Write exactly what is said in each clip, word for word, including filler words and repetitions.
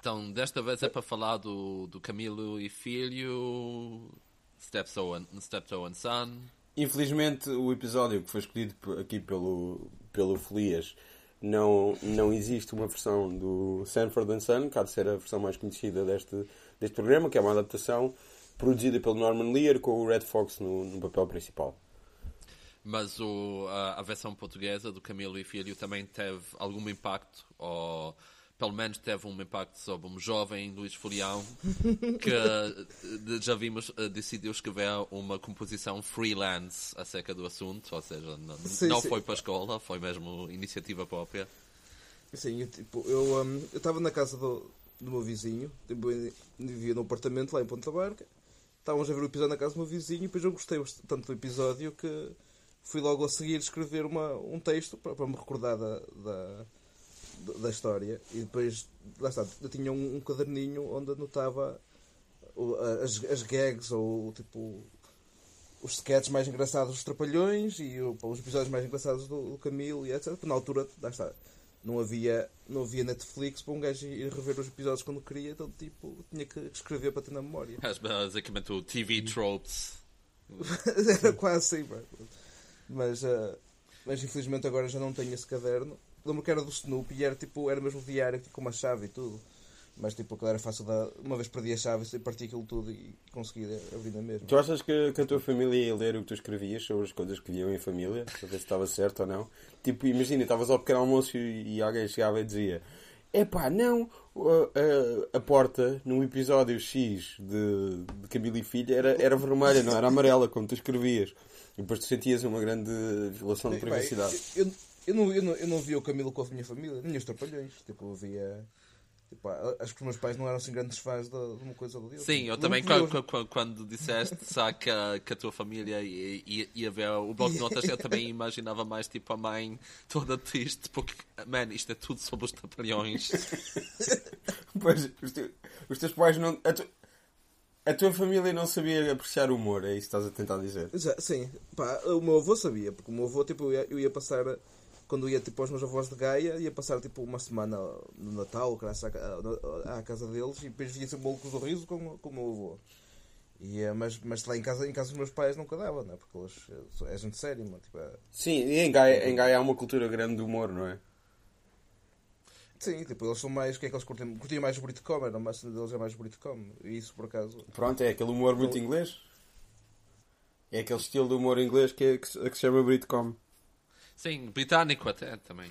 Então, desta vez é para falar do, do Camilo e Filho, Steptoe and, Steptoe and Son. Infelizmente, o episódio que foi escolhido aqui pelo, pelo Felias não, não existe uma versão do Sanford and Son, que há de ser a versão mais conhecida deste, deste programa, que é uma adaptação produzida pelo Norman Lear com o Red Fox no, no papel principal. Mas o, a, a versão portuguesa do Camilo e Filho também teve algum impacto, ou pelo menos teve um impacto sobre um jovem Luís Folião que já vimos, decidiu escrever uma composição freelance acerca do assunto, ou seja, não, sim, não sim. foi para a escola, foi mesmo iniciativa própria. Sim, eu tipo, eu um, eu estava na casa do, do meu vizinho, tipo, eu vivia no apartamento lá em Ponta Barca, estávamos a ver o episódio na casa do meu vizinho e depois eu gostei tanto do episódio que fui logo a seguir escrever uma, um texto para, para me recordar da, da, da história. E depois, lá está, eu tinha um, um caderninho onde anotava as, as gags ou tipo os sketches mais engraçados dos Trapalhões e os episódios mais engraçados do, do Camilo e etcétera. Na altura, lá está, não havia, não havia Netflix para um gajo ir rever os episódios quando queria, então tipo, tinha que escrever para ter na memória. Basicamente o T V tropes. Era quase assim, mas, uh, mas infelizmente agora já não tenho esse caderno. Lembro que era do Snoopy e era, tipo, era mesmo diário, tipo, com uma chave e tudo. Mas tipo, aquilo era fácil de... Uma vez perdi a chave e parti aquilo tudo e consegui abrir na mesma. Tu achas que, que a tua família ia ler o que tu escrevias sobre as coisas que viam em família? Para ver se estava certo ou não? Tipo, imagina, estavas ao pequeno almoço e, e alguém chegava e dizia: epá, não, a, a, a porta no episódio X de, de Camilo e Filha era, era vermelha, não era amarela, como tu escrevias. E depois tu sentias uma grande relação de privacidade. Eu, eu, eu, não, eu, não, eu não via o Camilo com a minha família, nem os Trapalhões. Tipo, eu via... Tipo, acho que os meus pais não eram assim grandes fãs de, de uma coisa ou de outra. Sim, eu não também, quando, quando, quando, quando disseste sabe, que, a, que a tua família ia, ia, ia ver o bloco de notas, eu também imaginava mais tipo a mãe toda triste, porque, man, isto é tudo sobre os Trapalhões. Pois, os, te, os teus pais não... A, tu, a tua família não sabia apreciar o humor, é isso que estás a tentar dizer? Sim, pá, o meu avô sabia, porque o meu avô, tipo, eu ia, eu ia passar... Quando ia tipo aos meus avós de Gaia, ia passar tipo uma semana no Natal, à, à casa deles, e depois vinha sempre um bolo com o sorriso com, com o meu avô. E, mas, mas lá em casa, em casa dos meus pais nunca dava, não é? Porque eles é gente séria, mano. Tipo, é... Sim, e em Gaia, em Gaia há uma cultura grande de humor, não é? Sim, tipo, eles são mais. O que é que eles curtem? Curtiam mais o Britcom, era mais deles é mais o Britcom. E isso por acaso. Pronto, é aquele humor muito inglês. É aquele estilo de humor inglês que, é, que, se, que se chama Britcom. Sim, britânico até também.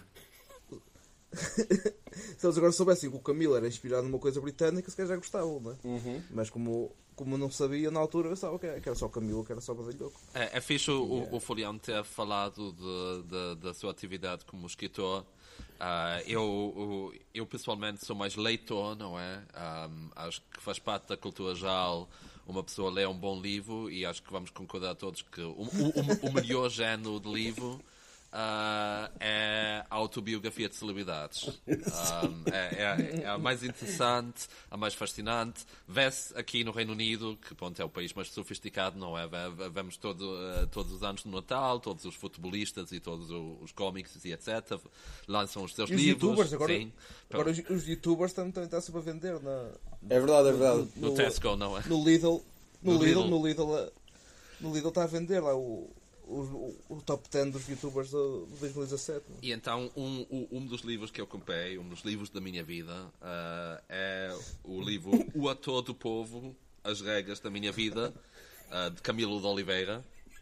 Se eles agora soubessem que o Camilo era inspirado numa coisa britânica, se calhar já gostavam, não é? Uhum. Mas como, como não sabia na altura, eu pensava que era só o Camilo, que era só badalhoco. É, é fixe o, o, o Folião ter falado de, de, da sua atividade como escritor. Uh, eu, eu pessoalmente sou mais leitor, não é? Um, acho que faz parte da cultura geral uma pessoa ler um bom livro e acho que vamos concordar todos que o, o, o melhor género de livro Uh, é a autobiografia de celebridades. Um, é, é, é a mais interessante, a mais fascinante. Vê-se aqui no Reino Unido, que pronto, é o país mais sofisticado, não é? Vemos todo, uh, todos os anos no Natal, todos os futebolistas e todos os cómics e etcétera. Lançam os seus e os livros. YouTubers, agora, sim, agora os, os youtubers também estão sempre a vender na, é verdade, é verdade. No, no Tesco, não é? No Lidl, no, no Lidl, Lidl, no Lidl, no Lidl está a vender lá o O, o, o top dez dos youtubers de dois mil e dezassete. E então um, um dos livros que eu comprei, um dos livros da minha vida, uh, é o livro O Ator do Povo, As Regras da Minha Vida, uh, de Camilo de Oliveira.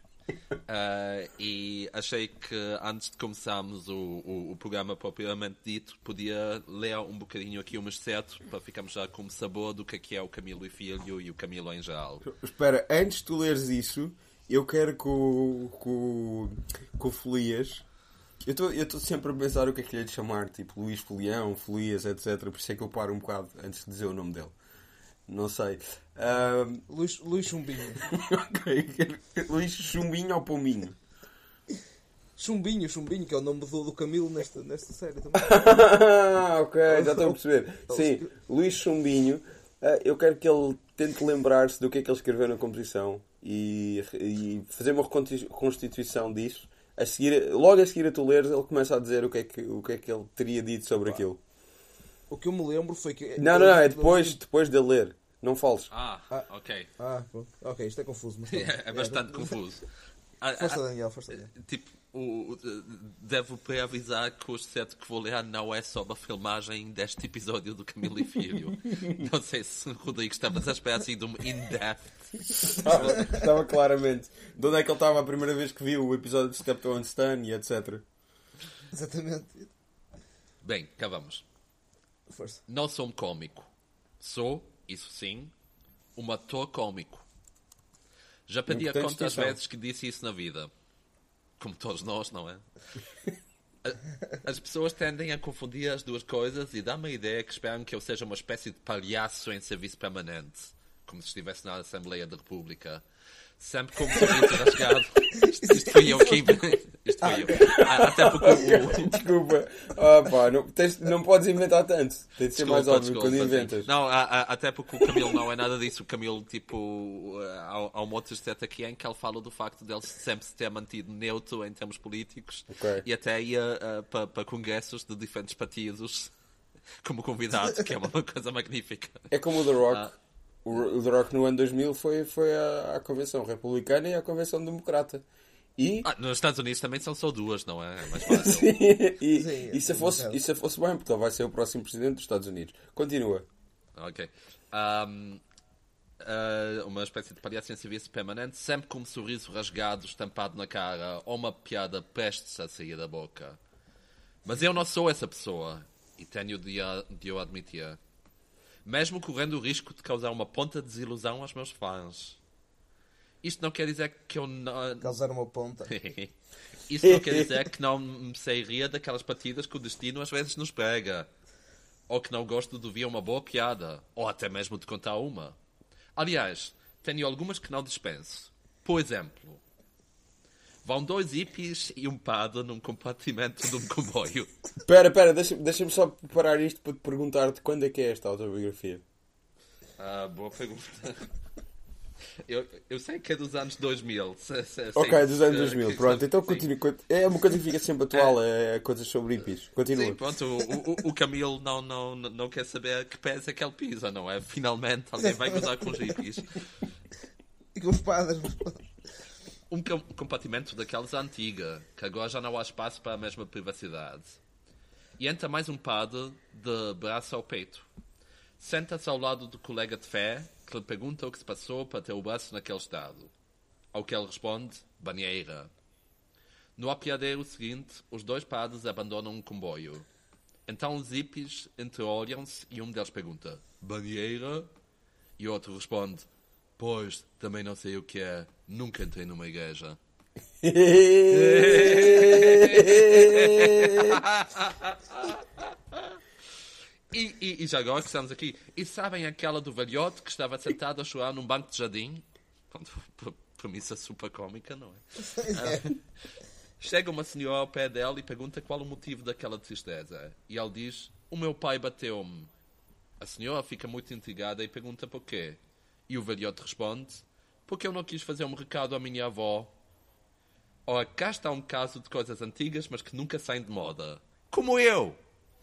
Uh, e achei que antes de começarmos o, o, o programa propriamente dito, podia ler um bocadinho aqui um excerto para ficarmos já com sabor do que é, que é o Camilo e Filho e o Camilo em geral. Espera, antes de tu leres isso, eu quero que o, que o, que o Folias... Eu estou sempre a pensar o que é que lhe é de chamar, tipo Luís Folião, Folias, etcétera. Por isso é que eu paro um bocado antes de dizer o nome dele. Não sei. Uh... Luís, Luís Chumbinho. Ok. Luís Chumbinho ou Pombinho? Chumbinho, Chumbinho, que é o nome do, do Camilo nesta, nesta série também. Ok, já estou a perceber. Sim, Luís Chumbinho. Uh, eu quero que ele tente lembrar-se do que é que ele escreveu na composição e, e fazer uma reconstituição disso. A seguir, logo a seguir a tu leres, ele começa a dizer o que é que, o que, é que ele teria dito sobre aquilo. o que eu me lembro foi que... Não, não, não, é depois, depois de ler. Não fales. Ah, Ah. ok. Ah, pronto. Ok, isto é confuso. Mas tá bem. É bastante É, confuso. Ah, Força, ah, Daniel, força, Daniel. Tipo, o, o- devo pré-avisar que o set que vou ler não é só uma filmagem deste episódio do Camilo e Filho. Não sei se Rodrigo estavas à espera assim de um in-depth. Estava, estava claramente. De onde é que ele estava a primeira vez que viu o episódio de Steptoe and Stan e etcétera. Exatamente. Bem, cá vamos. Força. Não sou um cómico. Sou, isso sim, um ator cómico. Já perdi a Importante conta às distinção. vezes que disse isso na vida. Como todos nós, não é? A- As pessoas tendem a confundir as duas coisas e dá-me a ideia que esperam que eu seja uma espécie de palhaço em serviço permanente. Como se estivesse na Assembleia da República. Sempre com um sorriso rasgado. Isto, isto fui eu que... Isto fui eu. Ah, Até porque o... Desculpa. Ah, pá, não, tens- não podes inventar tanto. Tem de ser mais Desculpa, óbvio desculpa, quando sim. inventas. Não, a- a- até porque o Camilo não é nada disso. O Camilo, tipo, há, há uma outra estética aqui em que ele fala do facto de ele sempre se ter mantido neutro em termos políticos Ok. e até ia ah, para, para congressos de diferentes partidos como convidado, que é uma coisa magnífica. É como o The Rock. Ah. O, o The Rock no ano dois mil foi, foi à, à Convenção Republicana e à Convenção Democrata. E... Ah, nos Estados Unidos também são só duas, não é? É mais fácil. Sim, e, Sim, e, se é fosse, verdade. e se fosse bem, porque ele vai ser o próximo presidente dos Estados Unidos. Continua. Ok. Ahm, ah, uma espécie de palhaço em serviço permanente, sempre com um sorriso rasgado, estampado na cara, ou uma piada prestes a sair da boca. Mas eu não sou essa pessoa, e tenho de, a- de o admitir. Mesmo correndo o risco de causar uma ponta de desilusão aos meus fãs. Isto não quer dizer que eu não... Causar uma ponta. Isto não quer dizer que não me sei rir daquelas partidas que o destino às vezes nos pega. Ou que não gosto de ouvir uma boa piada. Ou até mesmo de contar uma. Aliás, tenho algumas que não dispenso. Por exemplo, vão dois hippies e um padre num compartimento de um comboio. Espera, espera, deixa- deixa-me só preparar isto para te perguntar-te quando é que é esta autobiografia. Ah, boa pergunta. Eu, eu sei que é dos anos dois mil. Se- se- Ok, sei dos anos que- dois mil. que- Pronto, então sim. continua. É uma coisa que fica sempre atual, é, coisas sobre hippies. Continua. Sim, pronto, o, o, o Camilo não, não, não quer saber que pés é que ele pisa, não é? Finalmente alguém vai gozar com os hippies. E com os padres. Um com- compartimento daqueles antiga, que agora já não há espaço para a mesma privacidade. E entra mais um padre de braço ao peito. Senta-se ao lado do colega de fé, que lhe pergunta o que se passou para ter o braço naquele estado. Ao que ele responde, banheira. No apiadeiro seguinte, os dois padres abandonam um comboio. Então os hippies entreolham-se e um deles pergunta, banheira? E o outro responde, pois, também não sei o que é, nunca entrei numa igreja. E, e, e já agora que estamos aqui, e sabem aquela do velhote que estava sentado a chorar num banco de jardim? Pronto, p- premissa super cómica, não é? Ah, chega uma senhora ao pé dela e pergunta qual o motivo daquela tristeza. E ele diz, o meu pai bateu-me. A senhora fica muito intrigada e pergunta porquê. E o velhote responde, porque eu não quis fazer um recado à minha avó. Ora, cá está um caso de coisas antigas, mas que nunca saem de moda. Como eu!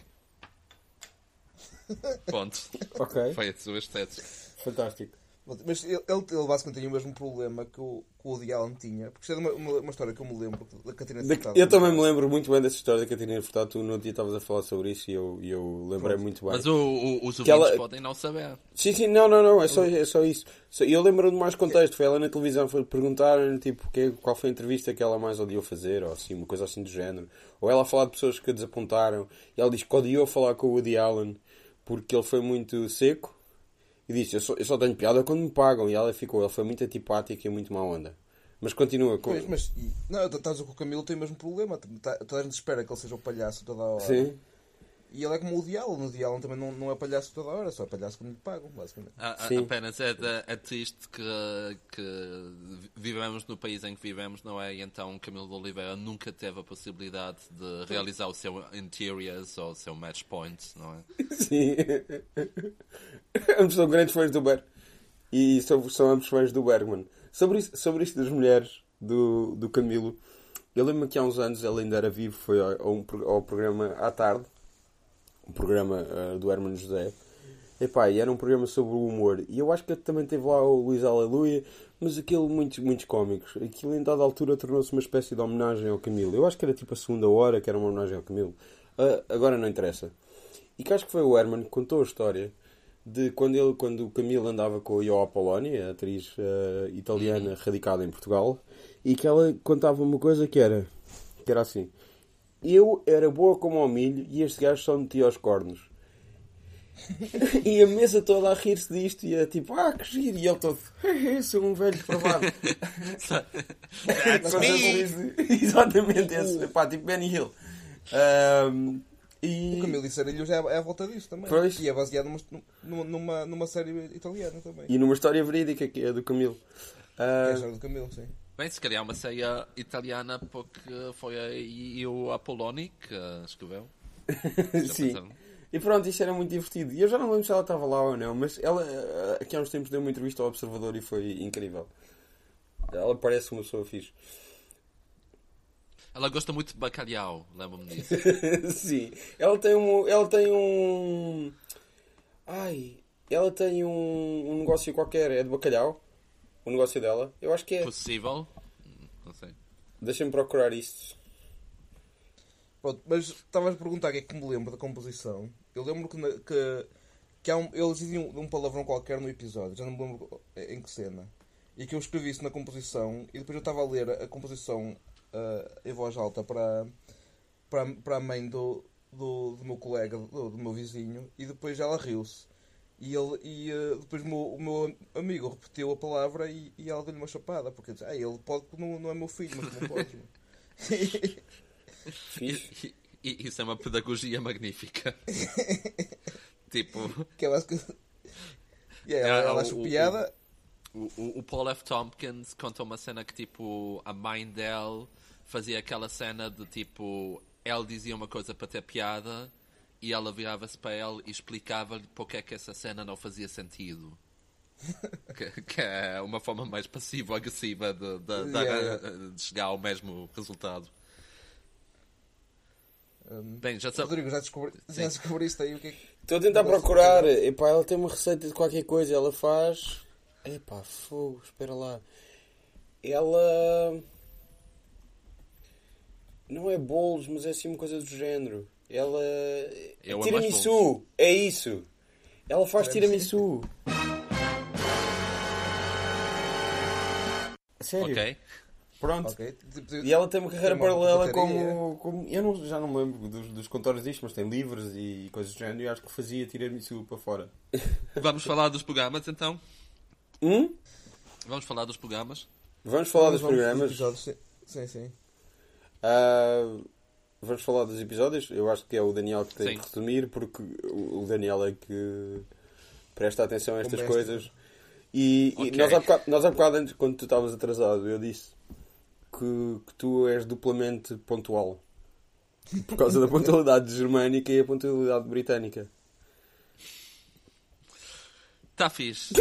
Ponto. Ok, Foi a sua estética. fantástico. Mas ele, ele ele basicamente tem o mesmo problema que o, que o Woody Allen tinha. Porque isto é uma, uma, uma história que eu me lembro da Catarina Da- Furtado. eu também me lembro muito bem dessa história da Catarina Furtado. Tu no dia estavas a falar sobre isso e eu, e eu lembrei Pronto. muito bem. Mas o, o, os ouvintes ela- podem não saber. Sim, sim, não, não, não, é só, é só isso. Só- Eu lembro de mais contexto. Foi ela na televisão, foi perguntar tipo, que, qual foi a entrevista que ela mais odiou fazer, ou assim, uma coisa assim do género. Ou ela a falar de pessoas que a desapontaram. E ela diz que odiou falar com o Woody Allen porque ele foi muito seco. E disse, eu só, eu só tenho piada quando me pagam. E ela ficou, ela foi muito antipática e muito má onda. Mas continua com... Pois, mas e- não, estás a dizer que o Camilo tem o mesmo problema. Tá- Toda a gente espera que ele seja o palhaço toda a hora. Sim. E ele é como o Woody Allen. O Woody Allen também não, não é palhaço toda a hora, só é palhaço quando lhe pagam, basicamente. A- a- Sim. apenas é, é- é triste que, que vivemos no país em que vivemos, não é? E então Camilo de Oliveira nunca teve a possibilidade de realizar o seu Interiors ou o seu Match Point, não é? Sim. Ambos são grandes fãs do Berg. E são, são ambos fãs do Bergman. Sobre isso, sobre isto das mulheres do, do Camilo, eu lembro-me que há uns anos ele ainda era vivo, foi ao, ao, um pro- ao programa à tarde. um programa uh, do Hermano José. Epá, e era um programa sobre o humor. E eu acho que também teve lá o Luís Aleluia, mas aquilo, muitos, muitos cómicos. Aquilo, em dada altura, tornou-se uma espécie de homenagem ao Camilo. Eu acho que era tipo a segunda hora, que era uma homenagem ao Camilo. Uh, agora não interessa. E que acho que foi o Herman que contou a história de quando, ele, quando o Camilo andava com a Io Apoloni, a atriz uh, italiana radicada em Portugal, e que ela contava uma coisa que era, que era assim: eu era boa como ao milho e este gajo só metia aos cornos. E a mesa toda a rir-se disto e é tipo, ah, que giro, e ele todo, sou um velho provado. That's me! Exatamente esse, pá, tipo Benny Hill. Um, e... O Camilo e Sarilhos é à volta disso também. Pois. E é baseado numa, numa, numa série italiana também. E numa história verídica que é do Camilo. Uh... Que é a Uh... história do Camilo, sim. Bem, se calhar uma série italiana porque foi a Io Apoloni que escreveu. Sim. E pronto, isto era muito divertido. E eu já não lembro se ela estava lá ou não, mas ela aqui há uns tempos deu uma entrevista ao Observador e foi incrível. Ela parece uma pessoa fixe. Ela gosta muito de bacalhau, lembro-me disso. Sim. Ela tem um... Ela tem um... Ai... Ela tem um, um negócio qualquer, é de bacalhau. O negócio dela. Eu acho que é... Possível? Não sei. Deixa-me procurar isto. Pronto, mas estavas a perguntar o que é que me lembro da composição. Eu lembro que, na, que, que há um, eles diziam um palavrão qualquer no episódio, já não me lembro em que cena. E que eu escrevi isso na composição e depois eu estava a ler a composição uh, em voz alta para, para, para a mãe do, do, do meu colega, do, do meu vizinho, e depois ela riu-se. E, ele, e uh, depois o meu, o meu amigo repetiu a palavra e, e ela deu-lhe uma chapada, porque disse, ah, ele pode, não, não é meu filho, mas não pode. E, e, isso é uma pedagogia magnífica. Tipo... Que é basicamente... Yeah, ela, ela achou piada... O, o, o Paul F. Tompkins conta uma cena que, tipo, a mãe dele fazia aquela cena de, tipo, ele dizia uma coisa para ter piada e ela virava-se para ele e explicava-lhe porque é que essa cena não fazia sentido. que, que é uma forma mais passivo-agressiva de, de, de, yeah. de chegar ao mesmo resultado. Um, Bem, já sabe... Rodrigo, já, descobri... já descobriste aí o que é que... Estou a tentar procurar. Epá, ela tem uma receita de qualquer coisa. Ela faz... Epá, fogo, espera lá. Ela... Não é bolos, mas é assim uma coisa do género. Ela... Eu tiramisu, é isso. Ela faz tiramisu. Sério? Ok. Pronto. Okay. E ela tem uma carreira tem uma paralela como, como... Eu não, já não me lembro dos, dos contores disto, mas tem livros e coisas do género. E acho que fazia tiramisu para fora. Vamos falar dos programas, então? Hum? Vamos falar dos programas? Vamos falar vamos, dos programas. Dos sim, sim. sim. Uh, vamos falar dos episódios. Eu acho que é o Daniel que tem sim. que resumir, porque o Daniel é que presta atenção a estas coisas. E, okay. e nós, há bocado, nós há bocado antes, quando tu estavas atrasado, eu disse que, que tu és duplamente pontual. Por causa da pontualidade germânica e a pontualidade britânica. Está fixe.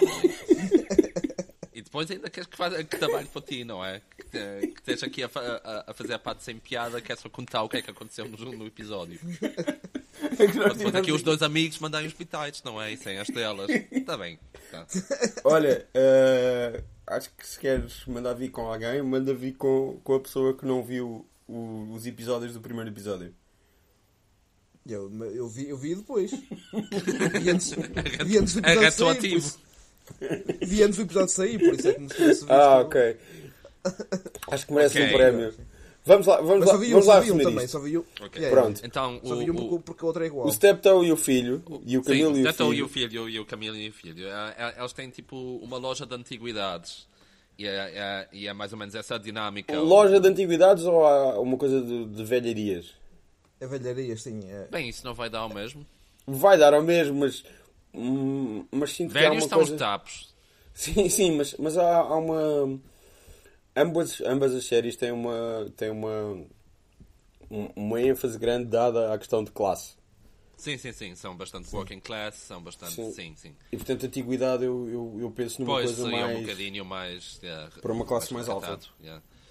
E depois ainda queres que, faz, que trabalhe para ti, não é? Que, te, que esteja aqui a, a, a fazer a parte sem piada, que é só contar o que é que aconteceu no, no episódio. Depois aqui os dois amigos mandarem os bitites, não é? E sem as estrelas. Está bem. Tá. Olha, uh, acho que se queres mandar vir com alguém, manda vir com, com a pessoa que não viu o, os episódios do primeiro episódio. Eu, eu, vi, eu vi depois. Vi antes, vi antes do é episódio sair. retroativo. Vi antes do episódio sair, por isso é que me esqueci visto. Ah, ok. Acho que merece okay. um prémio. Vamos lá, vamos Mas lá, só vi vamos um, lá só vi um também, só vi um. Okay. Yeah, Pronto. Então, só vi um o, porque o outro é igual. O Steptoe e o filho, e o Camilo sim, e o o Steptoe filho. e o filho, e o Camilo e o filho. Eles têm tipo uma loja de antiguidades. E é, é, e é mais ou menos essa a dinâmica. Loja de antiguidades ou há uma coisa de, de velharias? É velharias, sim. É. Bem, isso não vai dar ao mesmo. Vai dar ao mesmo, mas... mas sinto que há uma estão coisa... os tapos. Sim, sim, mas, mas há, há uma... Ambas, ambas as séries têm uma... Têm uma... uma ênfase grande dada à questão de classe. Sim, sim, sim. São bastante sim. working class, são bastante... Sim, sim. sim. E portanto, a antiguidade eu, eu, eu penso numa pois, coisa sim, mais... um bocadinho mais... Yeah, para uma classe mais, mais alta. Yeah.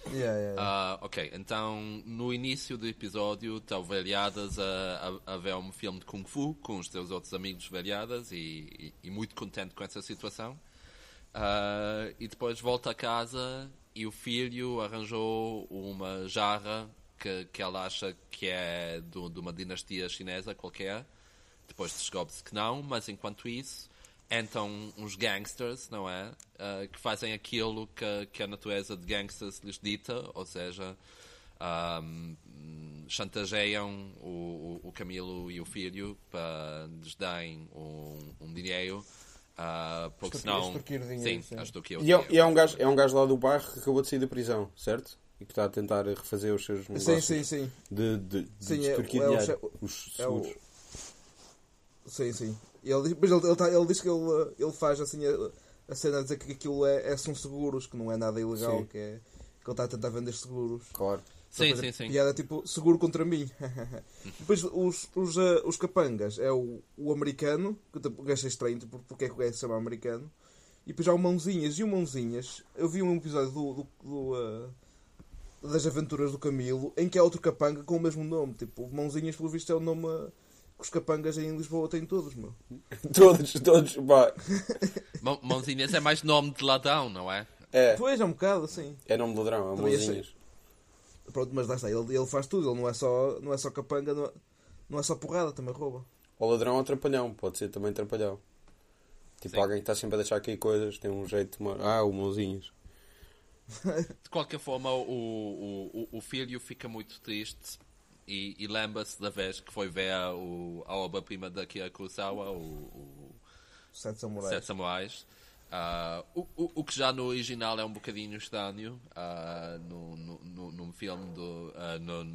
Yeah, yeah, yeah. Ah, ok, então no início do episódio estão velhadas a, a, a ver um filme de Kung Fu com os seus outros amigos velhadas e, e, e muito contente com essa situação. Ah, e depois volta a casa e o filho arranjou uma jarra que, que ela acha que é do, de uma dinastia chinesa qualquer. Depois descobre-se que não, mas enquanto isso entram uns gangsters, não é? Uh, que fazem aquilo que, que a natureza de gangsters lhes dita, ou seja, um, chantageiam o, o, o Camilo e o filho para lhes darem um, um dinheiro, uh, porque senão... Extorquir dinheiro, sim, sim. a extorquir o E é, dinheiro. e é um gajo, é um gajo lá do bairro que acabou de sair da prisão, certo? E que está a tentar refazer os seus Sim, negócios sim, sim. de, de, de Sim, é- extorquir é o dinheiro. che- Os É o... seguros. Sim, sim. E ele, diz- mas ele, ele, tá- ele diz que ele, ele faz assim a, a cena a dizer que aquilo é, é, são seguros, que não é nada ilegal, Sim. que, é, que ele está a tentar vender seguros. Claro. Sim, Depois sim, a sim. piada tipo, seguro contra mim. Depois os, os, uh, os capangas é o, o americano, que eu achei estranho, tipo, porque é que o gajo se chama americano. E depois há o Mãozinhas. E o Mãozinhas, eu vi um episódio do, do, do, uh, das aventuras do Camilo, em que há outro capanga com o mesmo nome. Tipo, Mãozinhas, pelo visto, é o nome uh, que os capangas em Lisboa têm todos, meu. Todos, todos, pá. Mão- Mãozinhas é mais nome de ladrão, não é? É, Pois, é um bocado, assim. é nome de ladrão, é Também achei- mãozinhas. Pronto, mas lá está, ele, ele faz tudo, ele não é só, não é só capanga, não é, não é só porrada, também rouba. Ou ladrão ou trapalhão, pode ser também trapalhão. Tipo Sim. alguém que está sempre a deixar cair coisas, tem um jeito de... uma- Ah, o mãozinhas. De qualquer forma, o, o, o, o filho fica muito triste e, e lembra-se da vez que foi ver o, a obra-prima da Akira Kurosawa, o, o Sete samurais. Sete Samurais. Ah, o, o, o que já no original é um bocadinho estranho, ah, no, no, no, num filme, do, ah, no,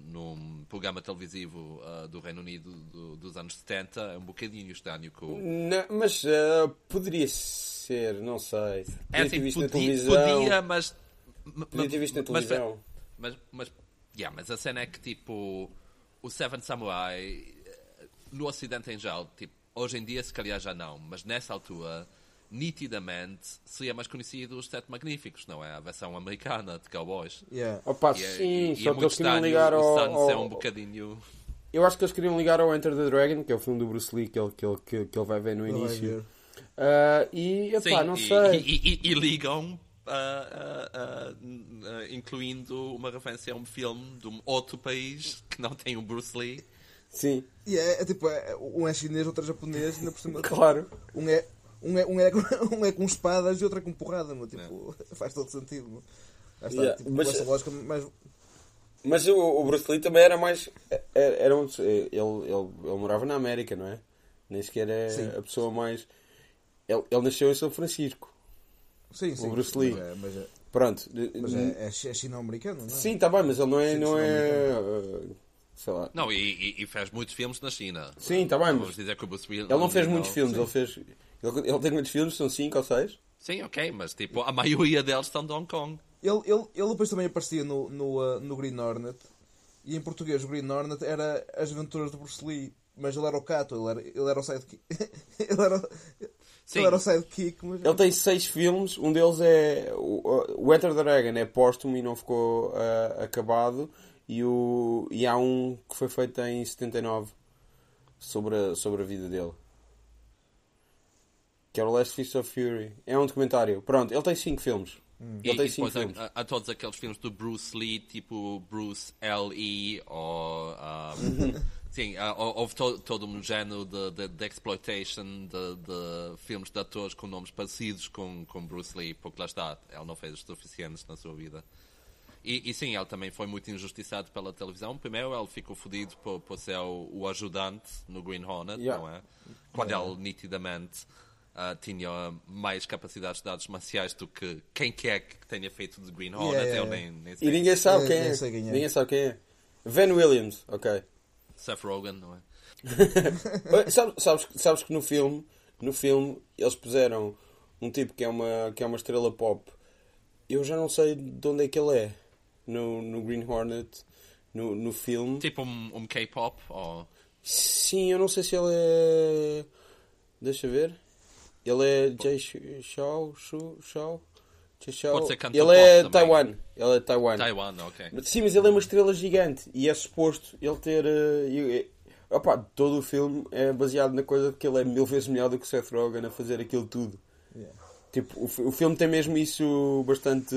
num programa televisivo ah, do Reino Unido do, dos anos setenta, é um bocadinho estranho que o, Não, mas ah, poderia ser, não sei. Podia é ter assim, visto na podia, televisão. podia, mas... Podia ter visto na mas- televisão. Mas, mas, yeah, mas a cena é que, tipo, o Seven Samurai, eh, no Ocidente em geral, tipo, hoje em dia se calhar já não, mas nessa altura, nitidamente, seria mais conhecido os Sete Magníficos, não é? A versão americana de Cowboys. Yeah. Opa, E é- sim, e- e só é que muito eles queriam estranho ligar ao... o Sans é ao- um bocadinho... Eu acho que eles queriam ligar ao Enter the Dragon, que é o filme do Bruce Lee que ele, que ele, que, que ele vai ver no Ele vai início. ver. Ah, e, epá, Sim, não e, sei. E, e- e ligam, ah, ah, ah, ah, incluindo uma referência a um filme de um outro país que não tem o Bruce Lee. Sim, E é, é tipo, é, um é chinês, outro é japonês, ainda por cima. claro. Um é, um, é, um, é, um é com espadas e outro é com porrada, meu. Tipo, faz todo sentido. Meu. Lá está, Yeah, tipo, mas- com essa lógica mais. Mas o, o Bruce Lee também era mais... Era, era um, ele, ele, ele morava na América, não é? Nem sequer é Sim. a pessoa mais... Ele, ele nasceu em São Francisco. Sim, sim. Bruce Lee. Mas é, mas é, Pronto. mas é, é, chi- é chino-americano, não é? Sim, está bem, mas ele não é... Sim, Não sim, é uh, sei lá. Não, e, e- e fez muitos filmes na China. Sim, está bem, Vamos mas dizer que o Bruce Willis... ele não fez muitos filmes. Sim. Ele fez... Ele, ele tem muitos filmes, são cinco ou seis. Sim, ok, mas tipo, a maioria deles estão de Hong Kong. Ele, ele, ele depois também aparecia no, no, uh, no Green Hornet. E em português o Green Hornet era As Aventuras do Bruce Lee. Mas ele era o Cato, ele era, ele era o sidekick. ele, era, Sim. ele era o sidekick. Mas... Ele tem seis filmes, um deles é... O, o Enter the Dragon é póstumo e não ficou uh, acabado. E, o, e há um que foi feito em setenta e nove sobre a, sobre a vida dele. Que é o Last Fist of Fury. É um documentário. Pronto, ele tem cinco filmes. E, Ele tem e cinco depois filmes. há, há todos aqueles filmes do Bruce Lee, tipo Bruce L E ou... um, sim, há- hou- houve to, todo um género de, de, de exploitation de, de filmes de atores com nomes parecidos com, com Bruce Lee, porque lá está, ele não fez os suficientes na sua vida. E, e sim, ele também foi muito injustiçado pela televisão. Primeiro, ele ficou fodido por, por ser o, o ajudante no Green Hornet, Yeah. não é? Quando ele nitidamente ah, tinha mais capacidades de artes marciais do que quem quer que tenha feito de Green Hornet. Yeah, yeah, eu yeah. nem, nem sei. E ninguém sabe Eu quem nem é. sei quem é. Ninguém sabe quem é. Van Williams, ok. Seth Rogen, não é? sabes, sabes, sabes que no filme, no filme eles puseram um tipo que é uma, que é uma estrela pop. Eu já não sei de onde é que ele é. No, no Green Hornet, no, no filme. Tipo um, um K-pop ou... Sim, eu não sei se ele é... Deixa ver. Ele é Jay Shaw, Shu, Shaw, Jay Shaw. Pode ser cantor Ele é pop também. Taiwan. Ele é de Taiwan. Taiwan, ok. Sim, mas ele é uma estrela gigante. E é suposto ele ter... Uh, e- e- opa, todo o filme é baseado na coisa de que ele é mil vezes melhor do que Seth Rogen a fazer aquilo tudo. Yeah. Tipo, o, fi- o filme tem mesmo isso bastante...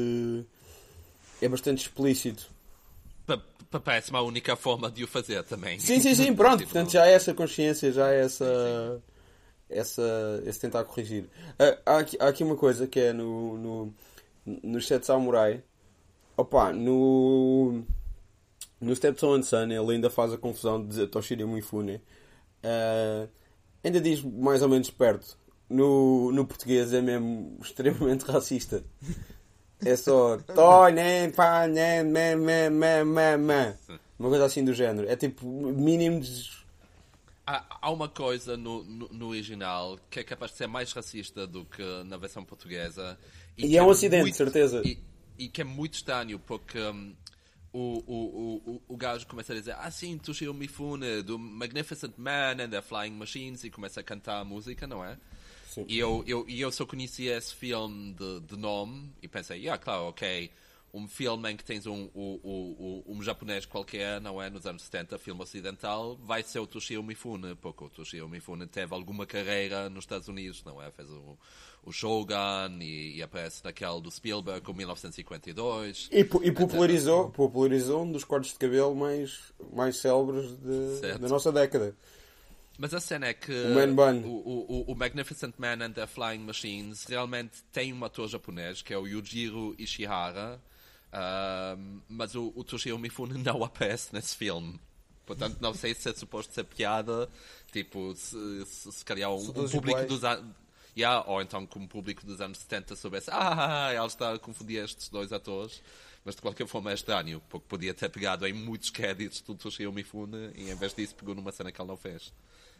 É bastante explícito. Pa- pa- Parece-me a única forma de o fazer também. Sim, sim, sim, pronto. Tipo, Portanto, já é essa consciência, já é essa... essa esse tentar corrigir. Ah, há, aqui, há aqui uma coisa que é no... no nos Sete Samurai... Opa, no... No Stepson and Son ele ainda faz a confusão de dizer Toshiro Mifune. Ah, ainda diz mais ou menos perto. No, no português é mesmo extremamente racista. É só Toi, nem, pá, nem, me, me, me, me, me. Uma coisa assim do género. É tipo mínimo de... Há, há uma coisa no, no, no original que é capaz de ser mais racista do que na versão portuguesa. E que é um acidente, muito- certeza. E, e que é muito estranho, porque hum, o, o, o, o gajo começa a dizer ah sim, Toshiro Mifune, do Magnificent Man and the Flying Machines, e começa a cantar a música, não é? Sim. E eu, eu, e eu só conhecia esse filme de, de nome e pensei, ah, claro, ok, um filme em que tens um, um, um, um japonês qualquer, não é, nos anos setenta, filme ocidental, vai ser o Toshiro Mifune, porque o Toshiro Mifune teve alguma carreira nos Estados Unidos, não é? Fez o, o Shogun e, e aparece naquele do Spielberg, o mil novecentos e cinquenta e dois. E, po- e popularizou, popularizou um dos cortes de cabelo mais, mais célebres de- Certo. da nossa década. Mas a cena é que O Man Bun. o, o, o Magnificent Man and the Flying Machines realmente tem um ator japonês, que é o Yujiro Ishihara, ahm, mas o, o Toshiro Mifune não aparece nesse filme. Portanto, não sei se é suposto ser piada, tipo, se, se, se calhar um, São um todos público iguais. dos anos... Yeah, ou então que um público dos anos setenta soubesse ah, ela está a confundir estes dois atores. Mas de qualquer forma é estranho, porque podia ter pegado em muitos créditos do Toshiro Mifune e em vez disso pegou numa cena que ele não fez.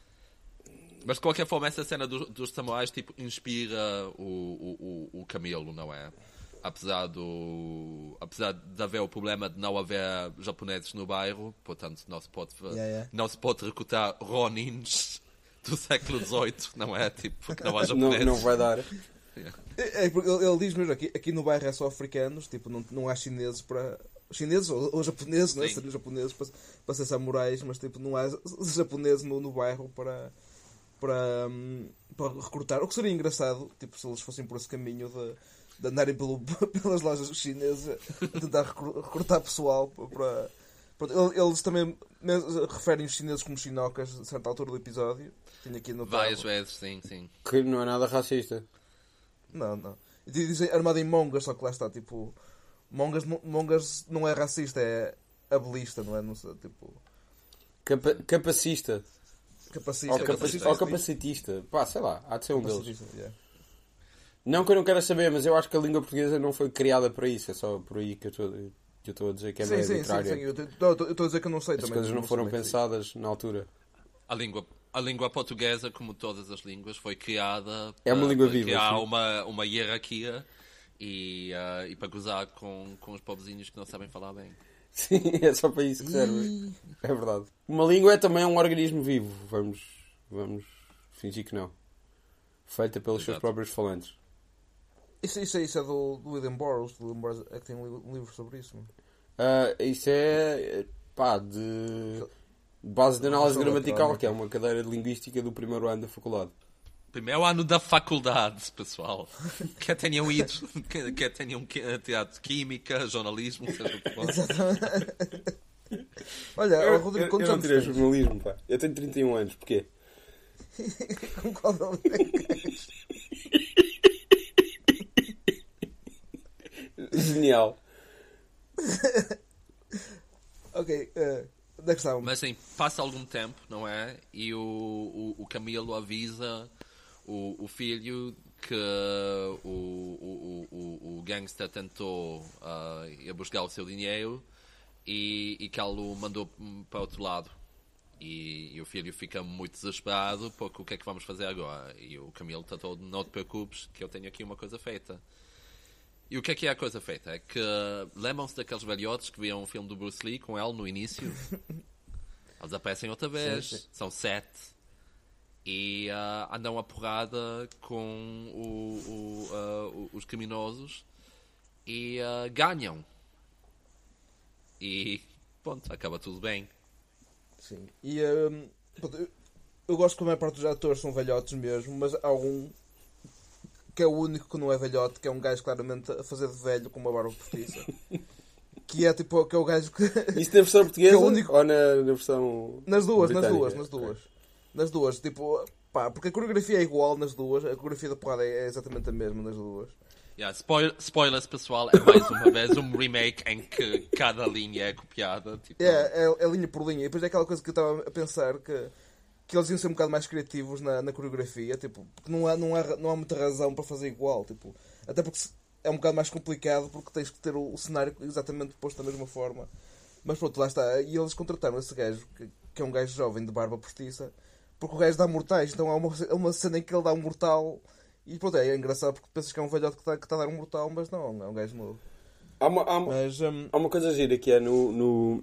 Mas de qualquer forma essa cena do, dos samurais tipo, inspira o, o, o, o Camilo, não é? Apesar, do, apesar de haver o problema de não haver japoneses no bairro, portanto não se pode, Yeah, yeah. não se pode recrutar ronins do século dezoito, não é? Tipo, porque não há Não, japoneses. não vai dar. É, é porque ele, ele diz mesmo aqui, aqui no bairro é só africanos, tipo, não, não há chineses para. Chineses ou, ou japoneses, não é? Sim. Seriam japoneses para, para ser samurais, mas tipo, não há japoneses no, no bairro para, para, hum, para recrutar. O que seria engraçado, tipo, se eles fossem por esse caminho de, de andarem pelo, pelas lojas chinesas a tentar recru- recrutar pessoal para. Pronto, eles também mes- referem os chineses como chinocas a certa altura do episódio. Tenho aqui no Várias vezes, sim, sim. Que não é nada racista. Não, não. E dizem armado em mongas, só que lá está, tipo... Mongas, mongas não é racista, é abelista, não é? Não sei, tipo... Capa- capacista. Capacista. Ou, é capaci- capacitista. ou capacitista. Pá, sei lá, há de ser um deles. Capacitista, yeah. Não que eu não quero saber, mas eu acho que a língua portuguesa não foi criada para isso. É só por aí que eu estou que eu estou a dizer que é Sim, meio sim, sim, arbitrária. sim. Eu te- não, eu estou a dizer que eu não sei As também. coisas não foram sei bem, pensadas na altura. A língua, a língua portuguesa, como todas as línguas, foi criada É uma para- língua para viva, criar sim. uma, uma hierarquia e, ah, e para gozar com, com os pobrezinhos que não sabem falar bem. Sim, é só para isso que serve. É verdade. Uma língua é também um organismo vivo. Vamos, vamos fingir que não. Feita pelos seus Exato. próprios falantes. Isso, isso, é- isso é do, do William Burroughs. Do William Burroughs é que tem um livro, um livro sobre isso. Mano. Ah, isso é, pá, de base de análise Professor gramatical, eletrónico. que é uma cadeira de linguística do primeiro ano da faculdade. Primeiro ano da faculdade, pessoal. Quer tenham ido, quer, quer tenham que- tirado química, jornalismo, seja o que for. Olha, Eu, oh, Rodrigo, eu, quantos eu não anos tirei tens? jornalismo, pá. Eu tenho trinta e um anos, porquê? Com qual deles é que és? Genial. Ok, eh, onde é que estávamos? Mas sim, passa algum tempo, não é? E o, o, o Camilo avisa o, o filho que o, o, o, o gangster tentou ah, ir buscar o seu dinheiro e, e que ele o mandou para outro lado. E, e o filho fica muito desesperado porque o que é que vamos fazer agora? E o Camilo está todo, não te preocupes que eu tenho aqui uma coisa feita. E o que é que é a coisa feita? É que lembram-se daqueles velhotes que viam um filme do Bruce Lee com ele no início? Eles aparecem outra vez, Sim, sim. são sete e ah, andam a porrada com o- o, ah, o- os criminosos e uh, ganham. E pronto, acaba tudo bem. Sim. E um, eu, eu gosto que a maior parte dos atores são velhotes mesmo, mas há um que é o único que não é velhote, que é um gajo claramente a fazer de velho com uma barba postiça. Que é tipo, que é o gajo que... Isso na versão portuguesa é o único... ou na, na versão Nas duas, nas britânica? duas, nas duas. Okay. Nas duas, tipo, pá, porque a coreografia é igual nas duas, a coreografia da porrada é exatamente a mesma nas duas. Yeah, spoil, spoilers, pessoal, é mais uma vez um remake em que cada linha é copiada. Tipo... É, é, é linha por linha. E depois é aquela coisa que eu estava a pensar que, que eles iam ser um bocado mais criativos na, na coreografia, tipo, porque não há, não, há, não há muita razão para fazer igual, tipo, até porque é um bocado mais complicado porque tens que ter o, o cenário exatamente posto da mesma forma. Mas pronto, lá está. E eles contrataram esse gajo, que, que é um gajo jovem de barba postiça, porque o gajo dá mortais, então há uma, uma cena em que ele dá um mortal. E pronto, é engraçado porque pensas que é um velhote que está que tá a dar um mortal, mas não, é um gajo novo. Há uma, há uma, mas, um... há uma coisa gira que é no, no,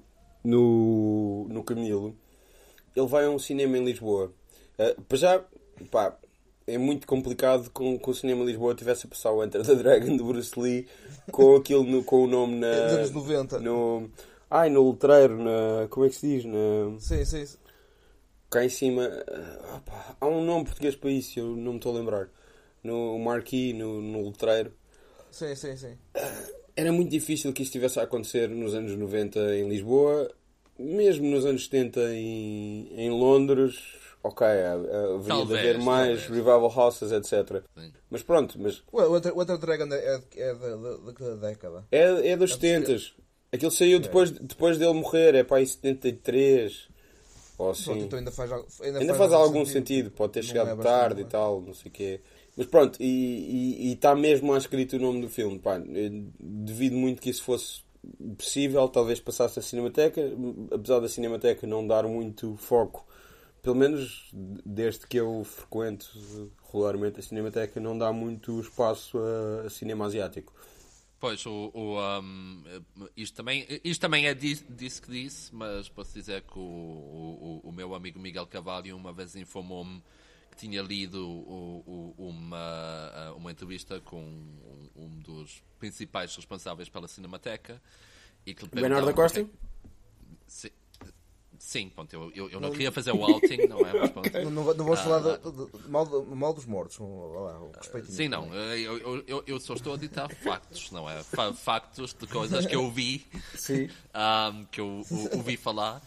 no, no Camilo. Ele vai a um cinema em Lisboa. Uh, para já, pá, é muito complicado com, com o cinema em Lisboa tivesse a passar o Enter the Dragon de Bruce Lee com aquilo no, com o nome na... É dos anos noventa. No, ai, no letreiro, na... Como é que se diz? Na, sim, sim, sim. Cá em cima... Uh, opa, há um nome português para isso, eu não me estou a lembrar. No marquee, no, no letreiro. Sim, sim, sim. Era muito difícil que isto estivesse a acontecer nos anos noventa em Lisboa, mesmo nos anos setenta em, em Londres. Ok, haveria de haver mais talvez. Revival houses, etcétera. Sim. Mas pronto, mas... O Enter Dragon é, é da, da, da década. É, é dos setenta. Aquilo saiu é. depois, depois dele morrer, é para aí setenta e três. Ou assim. Pronto, então ainda faz, ainda ainda faz, faz algum sentido. sentido. Pode ter não chegado é tarde e tal, não sei o quê. Mas pronto, e está mesmo lá escrito o nome do filme. Pá, devido muito que isso fosse possível, talvez passasse a Cinemateca, apesar da Cinemateca não dar muito foco, pelo menos desde que eu frequento regularmente a Cinemateca, não dá muito espaço a, a cinema asiático. Pois, o, o, um, isto, também, isto também é disso que disse, mas posso dizer que o, o, o meu amigo Miguel Carvalho uma vez informou-me que tinha lido o, o, uma, uma entrevista com um, um dos principais responsáveis pela Cinemateca. E que Bernardo da Costa? Que, sim, sim pronto, eu, eu, eu não queria fazer o outing, não é? Mas, pronto, não, não, não vamos ah, falar de, de, de, mal, de, mal dos mortos. Lá, sim, não, eu, eu, eu só estou a ditar factos, não é? Factos de coisas que eu vi, sim. um, que eu ouvi falar.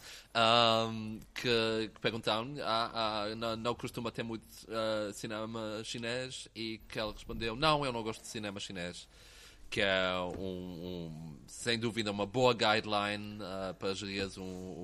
Um, que, que perguntaram ah, ah, não, não costuma ter muito uh, cinema chinês, e que ele respondeu não, eu não gosto de cinema chinês, que é um, um, sem dúvida uma boa guideline uh, para gerir um,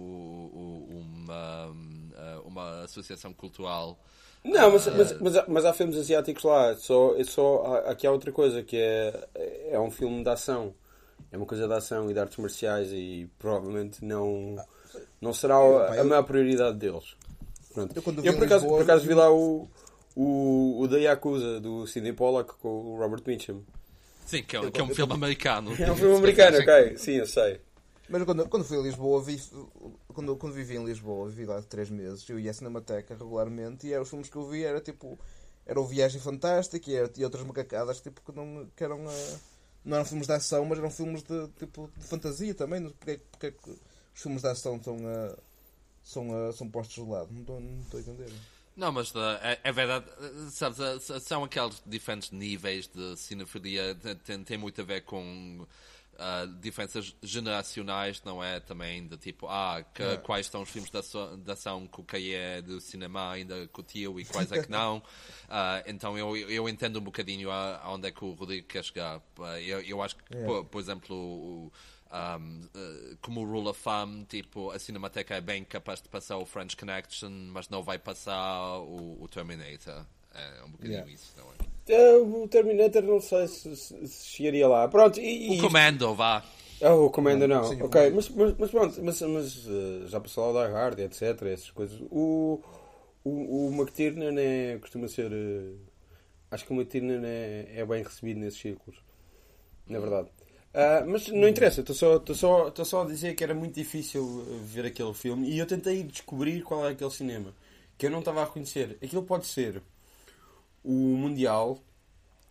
um, uma, uma associação cultural. Não, mas, uh, mas, mas, mas há filmes asiáticos lá, só, só, aqui há outra coisa, que é, é um filme de ação, é uma coisa de ação e de artes marciais, e provavelmente não... Não será a, a maior prioridade deles. Pronto. Eu, eu por, acaso, Lisboa, por acaso vi lá o, o, o da Yakuza, do Sidney Pollack, com o Robert Mitchum. Sim, que é, que é um filme americano. É um filme americano, ok. Sim, eu sei. Mas quando, quando fui a Lisboa, vi, quando, quando vivi em Lisboa, vivi lá três meses, eu ia à Cinemateca regularmente, e eram os filmes que eu vi, era tipo... Era o Viagem Fantástica e, era, e outras macacadas, tipo, que, não, que eram... Uh, não eram filmes de ação, mas eram filmes de, tipo, de fantasia também. Porque, porque os filmes de ação são, uh, são, uh, são postos de lado? Não estou, não estou a entender. Não, mas uh, é, é verdade, sabes, uh, são aqueles diferentes níveis de cinefilia, tem, tem muito a ver com uh, diferenças generacionais, não é? Também de tipo, ah, que, é. quais são os filmes de ação, de ação que o que é do cinema ainda curtiu e quais é que não. Uh, então eu, eu entendo um bocadinho a, a onde é que o Rodrigo quer chegar. Uh, eu, eu acho que, é. por, por exemplo, o... Um, uh, como o rule of thumb, tipo, a Cinemateca é bem capaz de passar o French Connection, mas não vai passar o, o Terminator. É um bocadinho yeah. isso, não é? Uh, o Terminator não sei se, se, se chegaria lá. Pronto, e, o Commando, vá. Oh, o Commando não, sim, ok, mas, mas, mas pronto, mas, mas uh, já passou lá o Die Hard, etcétera. Essas coisas. O, o, o McTiernan é, costuma ser. Uh, acho que o McTiernan é, é bem recebido nesses círculos, na verdade. Uh, mas não interessa, estou só, estou só, estou só a dizer que era muito difícil ver aquele filme, e eu tentei descobrir qual é aquele cinema que eu não estava a reconhecer. Aquilo pode ser o Mundial,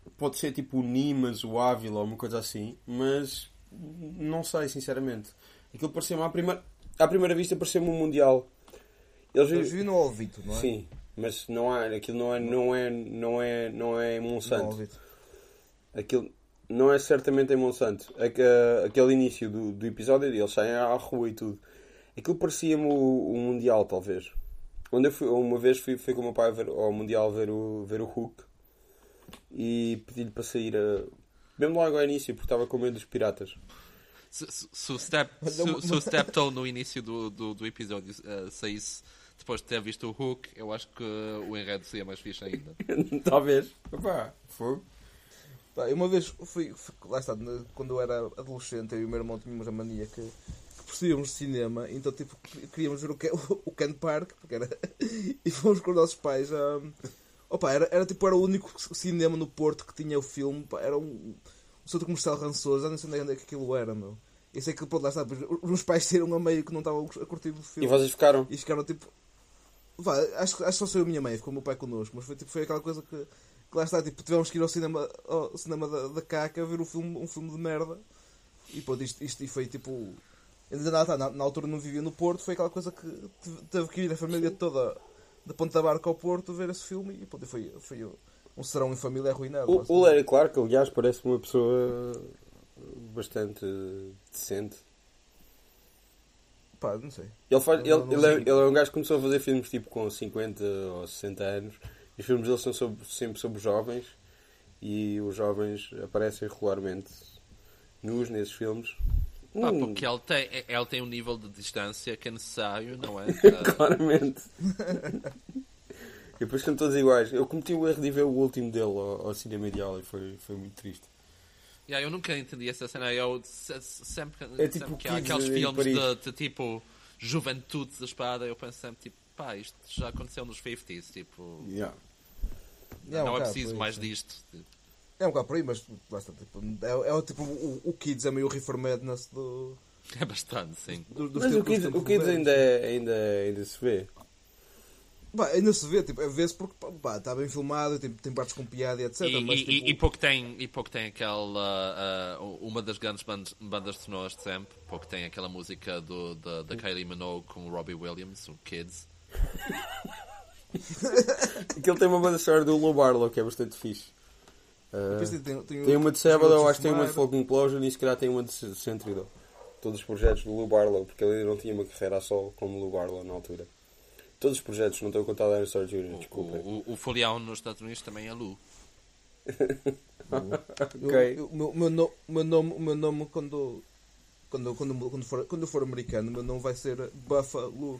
pode ser tipo o Nimas, o Ávila ou uma coisa assim, mas não sei, sinceramente. Aquilo parecia-me à primeira, à primeira vista parecia-me um Mundial. Eles, Eles viram no Alvito, não é? Sim, mas não há, aquilo não é, não é, não é, não é em Monsanto. No Aquilo não é certamente em Monsanto. Aquele início do, do episódio, eles saem à rua e tudo. Aquilo parecia-me o, o Mundial, talvez. Quando eu fui, uma vez fui, fui com o meu pai ver, ao Mundial ver o, ver o Hulk e pedi-lhe para sair a... mesmo logo ao início, porque estava com medo dos piratas. Se, se, se o Step, se, se o Steptoe no início do, do, do episódio uh, saísse depois de ter visto o Hulk, eu acho que o enredo seria mais fixe ainda. Talvez. Opa, fogo. Pá, uma vez fui, fui, lá está, quando eu era adolescente, eu e o meu irmão tínhamos a mania que, que percebíamos de cinema, então tipo, queríamos ver o, o Ken Park, porque era, e fomos com os nossos pais a... Opa, era, era tipo, era o único cinema no Porto que tinha o filme, pá, era um, um centro comercial rançoso, já não sei onde é que aquilo era, meu. Eu sei que, pronto, lá está, os meus pais saíram a meio que não estavam a curtir do filme. E vocês ficaram? E ficaram tipo... Vá, acho, acho que só saiu a minha mãe, ficou o meu pai connosco, mas foi, tipo, foi aquela coisa que, que lá está, tipo, tivemos que ir ao cinema, ao cinema da, da Caca ver um filme, um filme de merda. E pronto, isto, isto e foi tipo... Ainda na, na, na altura não vivia no Porto, foi aquela coisa que teve que ir a família toda da Ponta da Barca ao Porto ver esse filme e pronto, foi, foi um serão em família arruinado. O, o Larry Clark, aliás, parece uma pessoa bastante decente. Pá, não sei. Ele, faz, ele, não, não ele, é, ele é um gajo que começou a fazer filmes tipo com cinquenta ou sessenta anos e os filmes dele são sobre, sempre sobre jovens e os jovens aparecem regularmente nus nesses filmes. Pá, hum. porque ele tem, ele tem um nível de distância que é necessário, não é? Claramente. E depois são todos iguais. Eu cometi o erro de ver o último dele ao, ao cinema ideal e foi, foi muito triste. Yeah, eu nunca entendi essa cena. Eu se, sempre, é tipo sempre que há aqueles filmes de, de tipo juventude da espada, eu penso sempre tipo, pá, isto já aconteceu nos cinquenta. Tipo, yeah. Yeah, não um é preciso aí, mais sim. disto. Tipo. É um bocado por aí, mas lá está, tipo, é, é tipo o, o Kids é meio o Reefer Madness do. É bastante, sim. Do, do Mas o Kids, o Kids ainda, é, ainda, ainda se vê. Bah, ainda se vê, tipo, vê-se porque pá, está bem filmado, tem, tem partes com piada e etcétera. E, mas, e, tipo... e, pouco tem, e pouco tem aquela. Uh, uma das grandes bandas, bandas sonoras de sempre. Pouco tem aquela música do, da, da Kylie Minogue com o Robbie Williams, o Kids. Aquele tem uma banda sonora do Lou Barlow que é bastante fixe. Uh, tem, tem, tem, tem uma de Sabbath, acho que tem uma de Folk Implosion e se calhar tem uma de Century. Todos os projetos do Lou Barlow, porque ele ainda não tinha uma carreira a solo como Lou Barlow na altura. Todos os projetos, não estou a contar da Dinosaur Júnior, desculpa. O, o, o folião nos Estados Unidos também é Lou. Ok. O meu, meu, no, meu nome, o meu nome quando, quando, quando, quando, for, quando eu for americano, o meu nome vai ser Buffalo.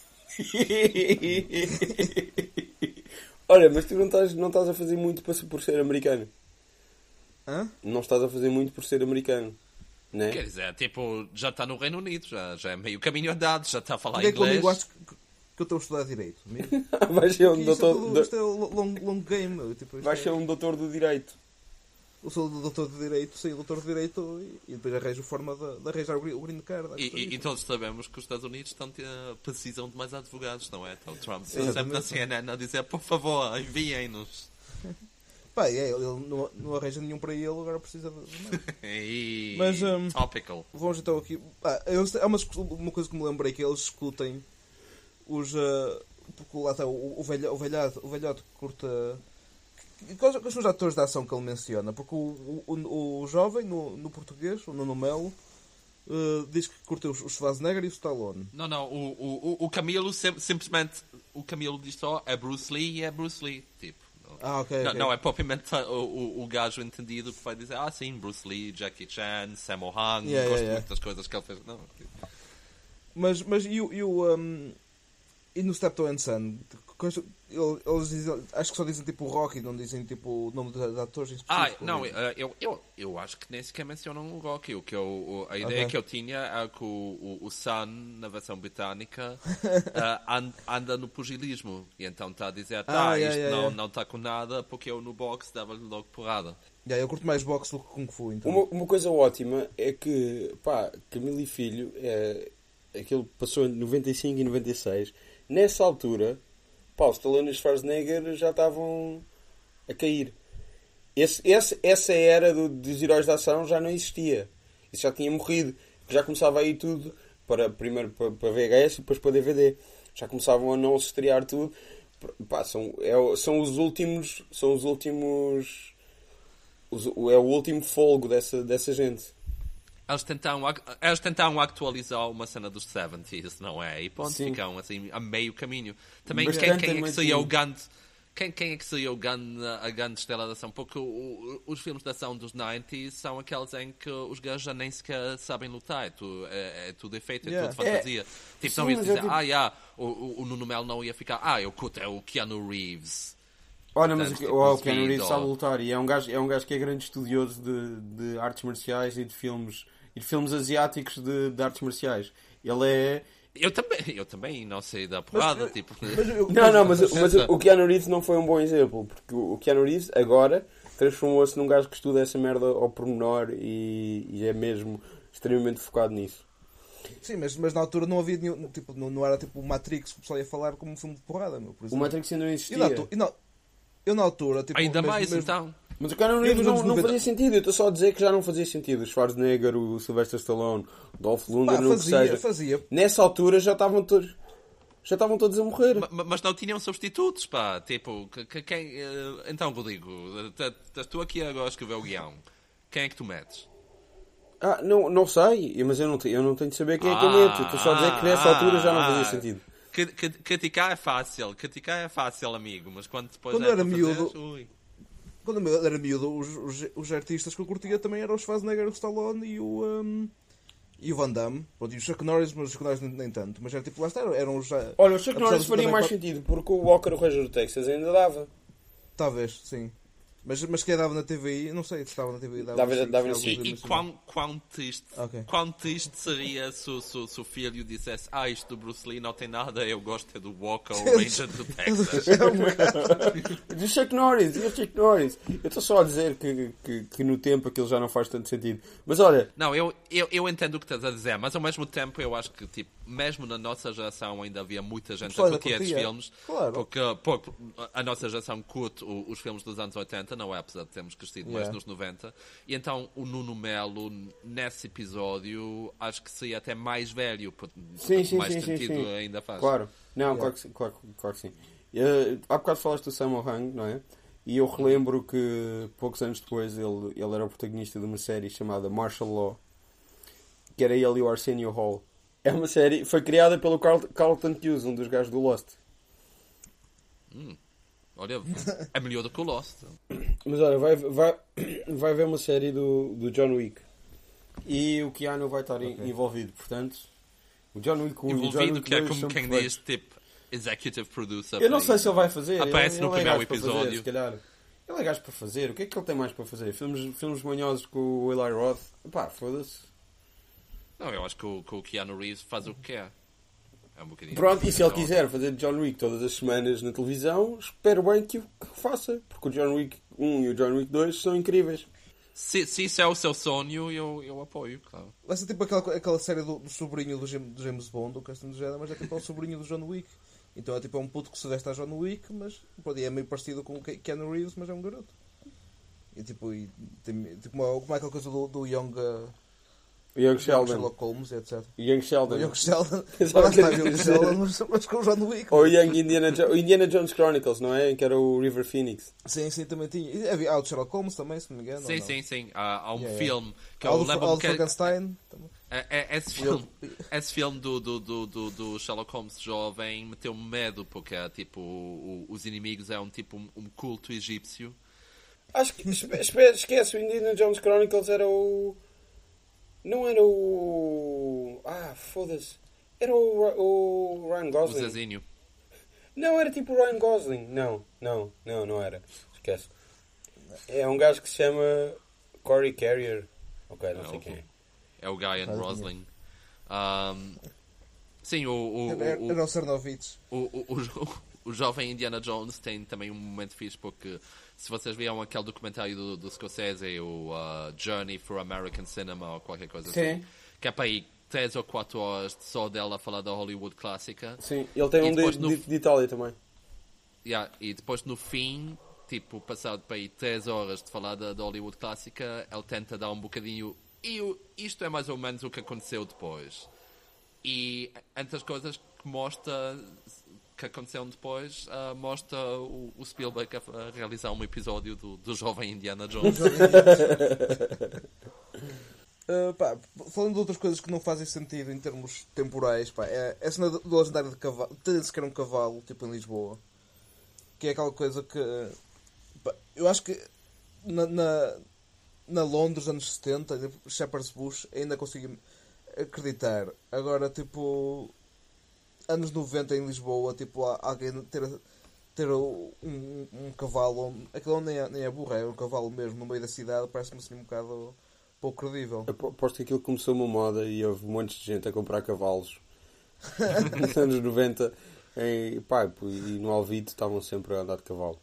Olha, mas tu não estás, não estás a fazer muito por, por ser americano. Hã? Não estás a fazer muito por ser americano, não é? Quer dizer, tipo, já está no Reino Unido, já, já é meio caminho andado, já está a falar Onde é que o inglês. amigo acha que, que eu estou a estudar Direito? Vai ser um Isto, doutor... é tudo, do- isto é long, long game. Meu. Tipo, isto Vai é- ser um doutor do direito. Eu sou doutor de Direito, saí doutor de Direito e, e depois arranjo forma de, de arranjar o green, o green card. E, e, e todos sabemos que os Estados Unidos estão, uh, precisam de mais advogados, não é? Então o Trump está sempre na C N N a dizer, por favor, enviem-nos. Pá, é, ele não, não arranja nenhum para ele, agora precisa de de mais. E... Mas, um, Topical. Vamos então aqui. Ah, eu, há uma, uma coisa que me lembrei que eles discutem os. Uh, porque lá está o, o, velho, o, velhado, o velhote que curta. que- Quais, quais são os atores de ação que ele menciona? Porque o, o, o jovem, no, no português, o Nuno Melo, uh, diz que curta o Schwarzenegger e o Stallone. Não, não, o, o, o Camilo sim- simplesmente, o Camilo diz só, é Bruce Lee e é Bruce Lee, tipo. Ah, ok. Não, ok. não é propriamente o, o, o gajo entendido que vai dizer, ah sim, Bruce Lee, Jackie Chan, Sammo Hung, Yeah, gosto yeah, yeah. muito das coisas que ele fez. Não, tipo, Mas, mas e o. E, o, um, e no Steptoe and Son? Eles dizem, acho que só dizem tipo o Rocky, não dizem tipo o nome dos atores em Ah, específico. não, eh, eu, eu, eu acho que nem sequer mencionam o Rocky. O que eu, o- a ideia Ok. que eu tinha é que o, o, o Sun, na versão britânica, eh, and- anda no pugilismo. E então está a dizer, tá, Ah, yeah, isto yeah, não yeah. não está com nada, porque eu no boxe dava-lhe logo porrada. Yeah, eu curto mais boxe do que Kung Fu, então. Uma, uma coisa ótima é que, pá, Camilo e Filho, é, aquilo passou entre noventa e cinco e noventa e seis. Nessa altura, pá, o Stallone e o Schwarzenegger já estavam a cair. esse, esse, essa era do, dos heróis de ação já não existia. Isso já tinha morrido. Já começava a ir tudo, para, primeiro para, para V H S e depois para D V D. Já começavam a não se estrear tudo. Pá, são, é, são os últimos... São os últimos... Os, é o último folgo dessa, dessa gente. Eles tentaram, eles tentaram atualizar uma cena dos setenta, não é? E ponto, Sim. ficam assim a meio caminho. Também Bastante quem, quem é que muito- seria o grande... Quem, quem é que seria o grande, a grande estrela de ação? Porque o, o, os filmes de ação dos noventa são aqueles em que os gajos já nem sequer sabem lutar. É, tu, é, é tudo efeito, é Yeah. tudo fantasia. Tipo, Sim, não ias mas é dizer, tipo- ah, yeah, o, o, o Nuno Melo não ia ficar, ah, eu curto, é o Keanu Reeves. Olha, mas Portanto, o, tipo, o no Keanu Speed, Reeves sabe ou- lutar e é um gajo, é um gajo que é grande estudioso de, de artes marciais e de filmes, e de filmes asiáticos de, de artes marciais. Ele é... Eu também, eu também não sei da porrada, Mas- tipo... Mas eu- Não, não, mas, mas- mas o Keanu Reeves não foi um bom exemplo, porque o Keanu Reeves agora transformou-se num gajo que estuda essa merda ao pormenor e, e é mesmo extremamente focado nisso. Sim, mas, mas na altura não havia nenhum. Tipo, não, não era tipo o Matrix que o pessoal ia falar como um filme de porrada, meu, por O exemplo. Matrix ainda não E existia. na, altu- e na- eu na altura, tipo, Ainda mesmo- mais, mesmo- então. Mas o Keanu Eu Reeves nos não, anos não noventa fazia sentido. Eu estou só a dizer que já não fazia sentido. O Schwarzenegger, o Sylvester Stallone, o Dolph Lundgren, Pá, não que fazia, seja. fazia. Nessa altura já estavam todos... Já estavam todos a morrer. Ma- ma- Mas não tinham substitutos, pá. Tipo, que- que- quem... eh, Então, Rodrigo, t- estás tu aqui agora a escrever o guião. Quem é que tu metes? Ah, não, não sei, mas eu não, te- eu não tenho de saber quem é que eu Ah, meto. Estou só a dizer que nessa ah, altura já não ah. fazia sentido. C- c- Criticar é fácil, criticar é fácil, amigo. Mas quando depois Quando é era para miúdo- fazeres, ui. Quando eu era miúdo, os, os, os artistas que eu curtia também eram o Schwarzenegger, o Stallone e o, um, e o Van Damme. Pronto, e o Chuck Norris, mas o Chuck Norris nem, nem tanto. Mas era tipo, lá está, eram os... já- Olha, o Chuck apesar Norris de faria também mais pa- sentido, porque o Walker o Ranger do Texas ainda dava. Talvez, sim. Mas, mas que dava na T V I, não sei se estava na T V I. Dava- sim, dava na alguns E, filmes e assim. quão, quão, triste, Ok. quão triste seria se, o- se, o- se o filho dissesse ah, isto do Bruce Lee não tem nada, eu gosto é do Walker, o Ranger do Texas. Do Chuck Norris, e o Chuck Norris. Eu estou só a dizer que, que, que no tempo aquilo já não faz tanto sentido. Mas olha, Não, eu, eu, eu entendo o que estás a dizer, mas ao mesmo tempo eu acho que, tipo, mesmo na nossa geração ainda havia muita gente pessoal a ainda curtir esses curtia. filmes. Claro. Porque, porque a nossa geração curte o- os filmes dos anos oitenta, não é? Apesar de termos crescido mais Yeah. nos noventa. E então o Nuno Melo, nesse episódio, acho que seria até mais velho. Porque sim, sim, mais sim, sim, sentido sim. ainda faz. Claro. Não, Yeah. claro, que, sim, claro, claro que sim. Uh, há bocado falaste do Sammo Hung, não é? E eu relembro que poucos anos depois ele, ele era o protagonista de uma série chamada Martial Law, que era ele e o Arsenio Hall. É uma série, foi criada pelo Carl, Carlton Cuse, um dos gajos do Lost. Olha, é melhor do que o Lost. Mas olha, vai, vai, vai haver uma série do, do John Wick. E o Keanu vai estar Ok. envolvido, portanto... O John Wick um e o John Envolvido, Wick que é dois como são quem perfeitos. diz, tipo, executive producer. Eu não para sei isso. se ele vai fazer. Aparece ele, no ele é primeiro gajo para episódio. Fazer, se calhar. Ele é gajo para fazer. O que é que ele tem mais para fazer? Filmes, filmes manhosos com o Eli Roth? Pá, foda-se. Não, eu acho que o, que o Keanu Reeves faz o que quer. É um bocadinho. Pronto, e se ele Então, quiser fazer John Wick todas as semanas na televisão, espero bem que o que faça. Porque o John Wick um e o John Wick dois são incríveis. Se, se isso é o seu sonho, eu, eu apoio, claro. Vai ser tipo aquela, aquela série do, do sobrinho do James, do James Bond, do Casting do Jedi, mas é tipo o sobrinho do John Wick. Então é tipo é um puto que se veste a John Wick, mas pode, é meio parecido com o Ke- Keanu Reeves, mas é um garoto. E tipo, e, tem, tipo como, é, como é aquela coisa do, do Young, uh, O Young Young Sheldon. Sherlock Holmes, etcétera. O Young Sheldon. O Young Sheldon, Exato. lá está o Young Sheldon, mas, mas com o John Wick. Ou o Young Indiana, jo- o Indiana Jones Chronicles, não é? Em que era o River Phoenix. Sim, sim, também tinha. E havia, há o Sherlock Holmes também, se não me engano. Sim, ou não? sim, sim. Há, há um Yeah, yeah. filme que Há eu o do, há lembro o que do Frankenstein. também. é, é, esse filme, esse filme do, do, do, do, do Sherlock Holmes jovem meteu-me medo porque é, tipo, o- os inimigos eram tipo um, um culto egípcio. Acho que... espe- espe- Esquece, o Indiana Jones Chronicles era o... Não era o... Ah, foda-se. Era o, Ra- o Ryan O Gosling. Zezinho. Não, era tipo o Ryan Gosling. Não, não, não, não era. Esquece. É um gajo que se chama Corey Carrier. Ok, não Ah, sei ok. quem é. É o Guyan Ah, Rosling. Um, sim, o, o, Era, o, era o Cernovich. o, o, o, jo- o jovem Indiana Jones tem também um momento fixe porque se vocês viram aquele documentário do, do Scorsese, o uh, Journey for American Cinema ou qualquer coisa Sim. assim, que é para aí três ou quatro horas só dela a falar da Hollywood clássica. Sim, ele tem E um de, depois no- de, de Itália também. Yeah, e depois no fim, tipo, passado para aí três horas de falar da, da Hollywood clássica, ele tenta dar um bocadinho... E o- isto é mais ou menos o que aconteceu depois. E entre as coisas que mostra que aconteceram depois, ah, mostra o, o Spielberg a, a realizar um episódio do, do jovem Indiana Jones. Uh, pá, falando de outras coisas que não fazem sentido em termos temporais, pá, é a cena do do legendário de cavalo, tem sequer um cavalo, tipo em Lisboa, que é aquela coisa que, pá, eu acho que na, na, na Londres dos anos setenta, tipo, Shepherd's Bush, ainda consegui acreditar. Agora, tipo, anos noventa em Lisboa, tipo, há alguém ter, ter um, um, um cavalo, aquilo nem é, nem é burro, é um cavalo mesmo no meio da cidade, parece-me assim um bocado pouco credível. Eu aposto que aquilo começou uma moda e houve um monte de gente a comprar cavalos. Nos anos noventa, em, pá, e no Alvite estavam sempre a andar de cavalo.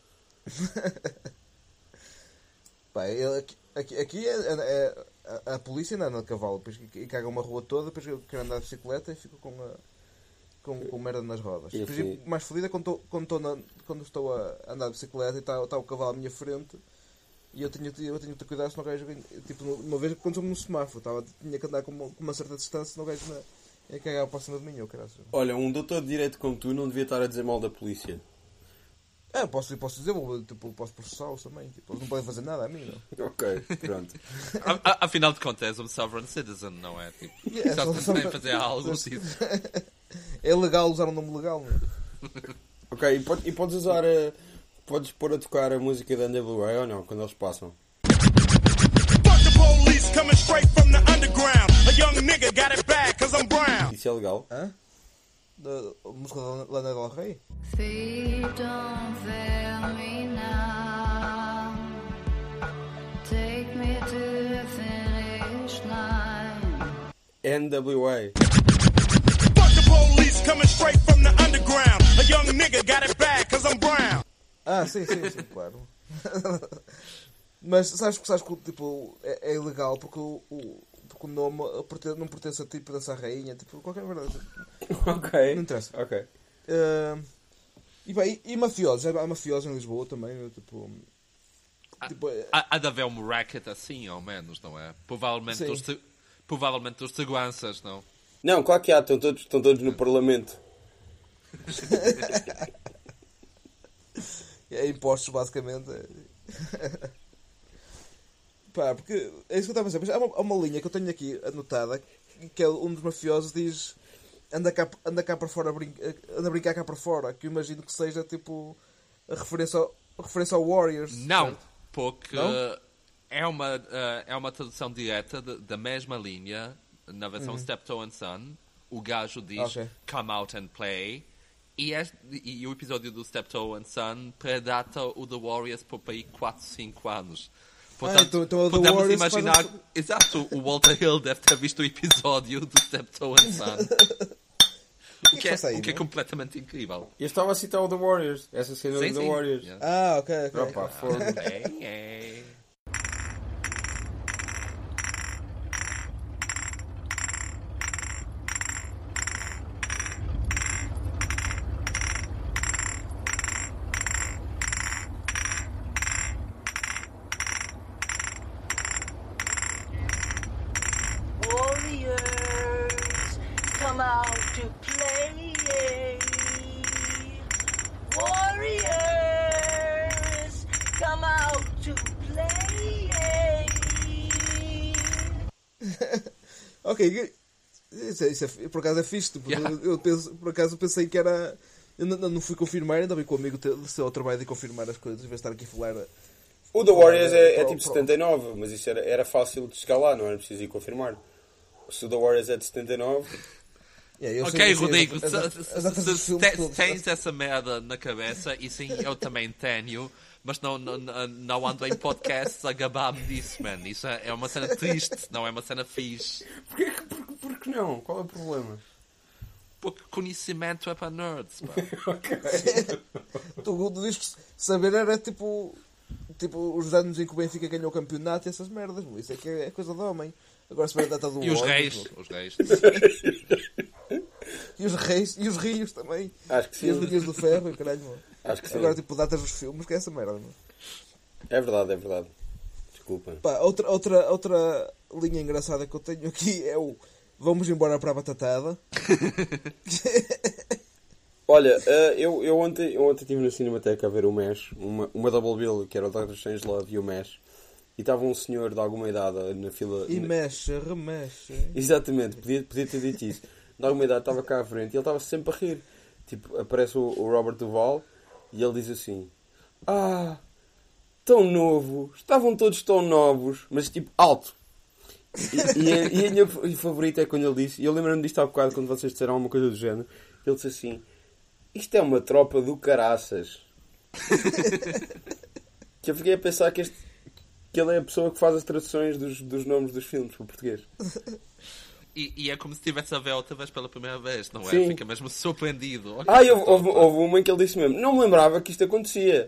Pá, ele, aqui aqui, aqui é, é- a, a polícia não anda de cavalo, depois e caga uma rua toda, depois eu quero andar de bicicleta e fico com, a, com, com merda nas rodas. E Depois, assim- mais fodida quando estou, quando, estou na- quando estou a andar de bicicleta e está, está o cavalo à minha frente e eu tenho, eu tenho que ter cuidado se não gajo. Tipo, uma vez aconteceu-me no semáforo, estava, tinha que andar com uma, com uma certa distância, se não gajo na, ia cagar para cima de mim, eu quero. Olha, um doutor de direito como tu não devia estar a dizer mal da polícia. É, posso, posso dizer, vou- tipo, posso processá-los também. Tipo, eles não podem fazer nada a mim, não. Ok, pronto. A- a- Afinal de contas, és um sovereign citizen, não é? Tipo, Yeah, só só- se só- tem fazer algo tipo. É legal usar um nome legal, não é? Ok, e, pode- e podes usar a... Podes pôr a tocar a música da N W A ou não, quando eles passam? Fuck the police coming straight from the underground. A young nigga got it bad cause I'm brown. Isso é legal? Hã? Da a música da Lana Del Rey? Feet don't fail me now. Take me to the finish line. N W A. Fuck the police coming straight from the underground. A young nigga got it bad cause I'm brown. Ah, sim, sim, sim, claro. Mas sabes que, sabes que tipo, é, é ilegal porque o, o, porque o nome pertence- não pertence a tipo dessa rainha, tipo, qualquer verdade. Ok. Não interessa. Ok. Uh, e, bem, e, e mafiosos, há mafiosos em Lisboa também, tipo. tipo é- Há, há de haver um racket assim, ao menos, não é? Provavelmente Sim. dos, se- provavelmente dos seguranças, não? Não, claro que há, estão todos, estão todos no Parlamento. É impostos, basicamente. Pá, porque é isso que eu estava a dizer. Mas há uma, há uma linha que eu tenho aqui anotada que é um dos mafiosos diz anda cá, anda cá para fora, a brin- anda a brincar cá para fora. Que eu imagino que seja tipo a referência ao, a referência ao Warriors. Não, certo? porque Não? é uma, eh, é uma tradução direta de- da mesma linha na versão Steptoe and Son. O gajo diz Ok. come out and play. E, este- e o episódio do Steptoe and Son predata o The Warriors por aí quatro, cinco anos. Portanto, então- então o The podemos Warriors imaginar... faz um- Exato, o Walter Hill deve ter visto o episódio do Steptoe and Son. O que, é, passa aí, o que é não é? completamente incrível. Eu estava a citar o The Warriors. Essa cena Sim, do The sim. Warriors. Yeah. Ah, ok, ok. Opa, fogo. Ei, ei. Warriors, come out to play. Warriors, come out to play. Ok, isso é, isso é, por acaso é fixe. Tipo, Yeah. eu, eu penso, por acaso pensei que era. Eu não, não fui confirmar, ainda bem que o amigo teve seu trabalho de confirmar as coisas, em vez de estar aqui a falar. O The Warriors é, é Pro- tipo pro- setenta e nove, mas isso era, era fácil de chegar lá, não era preciso ir confirmar. Se o The Warriors é de setenta e nove, Yeah, eu Ok, sei- eu sei Rodrigo, as- se, as- se- as datas se- dos se filmes te- todos. tens essa merda na cabeça, e sim, eu também tenho, mas não, não, não- não ando em podcasts a gabar-me disso, man. Isso é é uma cena triste, não é uma cena fixe. porquê, que- por, por que não? Qual é o problema? Porque conhecimento é para nerds, pá. Tu, tu dizes que saber era tipo. Tipo, os anos em que o Benfica ganhou o campeonato e essas merdas, meu. Isso é que é coisa de homem. Agora se vê a data do E os Warriors, reis, meu. os reis. E os reis, e os rios também. Acho que E as sim. linhas do ferro, e caralho, meu. Acho que sim. Agora, tipo, datas dos filmes, que é essa merda, não é? É verdade, é verdade. Desculpa. Pá, outra, outra, outra linha engraçada que eu tenho aqui é o vamos embora para a batatada. Olha, uh, eu, eu ontem eu ontem estive na Cinemateca a ver o Mesh, uma, uma double bill, que era o doutor Strangelove e o Mesh, e estava um senhor de alguma idade na fila... E na... mexe, remexe. Exatamente, podia, podia ter dito isso. De alguma idade estava cá à frente e ele estava sempre a rir. Tipo, aparece o, o Robert Duvall e ele diz assim: ah, tão novo, estavam todos tão novos, mas tipo, alto. E, e, a, e a minha favorita é quando ele disse, e eu lembro-me disto há bocado quando vocês disseram alguma coisa do género, ele disse assim: isto é uma tropa do caraças. Que eu fiquei a pensar que, este, que ele é a pessoa que faz as traduções dos, dos nomes dos filmes para o português. E, e é como se estivesse a ver outra vez pela primeira vez, não é? Sim. Fica mesmo surpreendido. Olha Ah, que houve, houve, top. houve uma em que ele disse mesmo: não me lembrava que isto acontecia.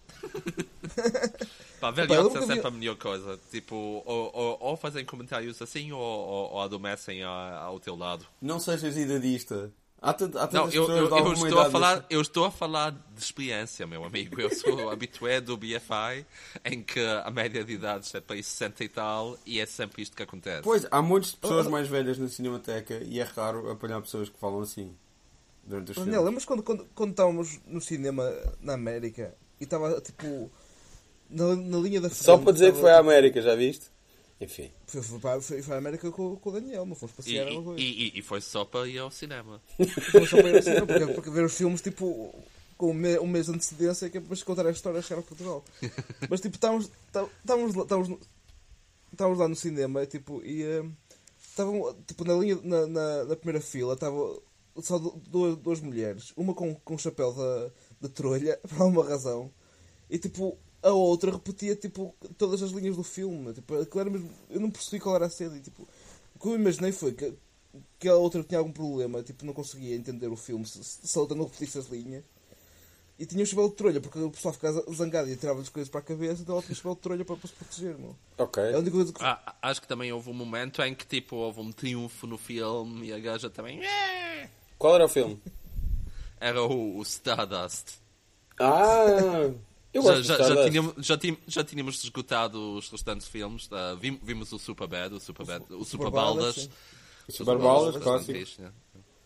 Pá, Pá, eu velhotes nunca é vi- sempre a melhor coisa. Tipo, ou, ou, ou fazem comentários assim, ou, ou, ou adormecem a- ao teu lado. Não sejas idadista. Há, tant, há Não, tantas eu, pessoas eu, de eu, alguma estou idade a falar, nesse- eu estou a falar de experiência, meu amigo. Eu sou habitué do B F I, em que a média de idades é para aí sessenta e tal, e é sempre isto que acontece. Pois, há montes de pessoas mais velhas na Cinemateca e é raro apanhar pessoas que falam assim durante os Daniel, filmes. lembras quando, quando, quando estávamos no cinema na América e estava tipo na, na linha da frente? Só para dizer que foi à estava, América, já viste? Enfim. tipo, Foi, foi, para- foi, foi à América com, com o Daniel, não fomos E, passear a coisa. e, e, e foi só para ir ao cinema. Fomos só para ir ao cinema, porque, porque ver os filmes tipo com um, me, um mês de antecedência que é depois contar a história a chegar a Portugal. Mas tipo, estávamos, estávamos, lá- estávamos, no- estávamos lá no cinema tipo, e eh, estavam tipo, na linha na, na, na primeira fila estavam só du- duas, duas mulheres, uma com, com o chapéu da, da trolha, por alguma razão, e tipo a outra repetia tipo todas as linhas do filme. Tipo, aquilo era mesmo, eu não percebi qual era a cena. E, tipo, o que eu imaginei foi que, que a outra tinha algum problema, tipo, não conseguia entender o filme se, se a outra não repetisse as linhas. E tinha o chapéu de trolha, porque o pessoal ficava zangado e tirava-lhes coisas para a cabeça, então ela tinha o chapéu de trolha para, para se proteger. Meu. Ok. É a única coisa que. Ah, acho que também houve um momento em que tipo, houve um triunfo no filme e a gaja também... "Eh", Qual era o filme? era o, o Stardust. Ah! Eu Já, gosto já, de já, Stardust. tínhamos, já, tínhamos, já tínhamos esgotado os restantes filmes. tá? Vim- vimos o Superbad, o Superbad, o Super Balas, Baldas. sim. Super Balas, bastante clássico. fixe, né?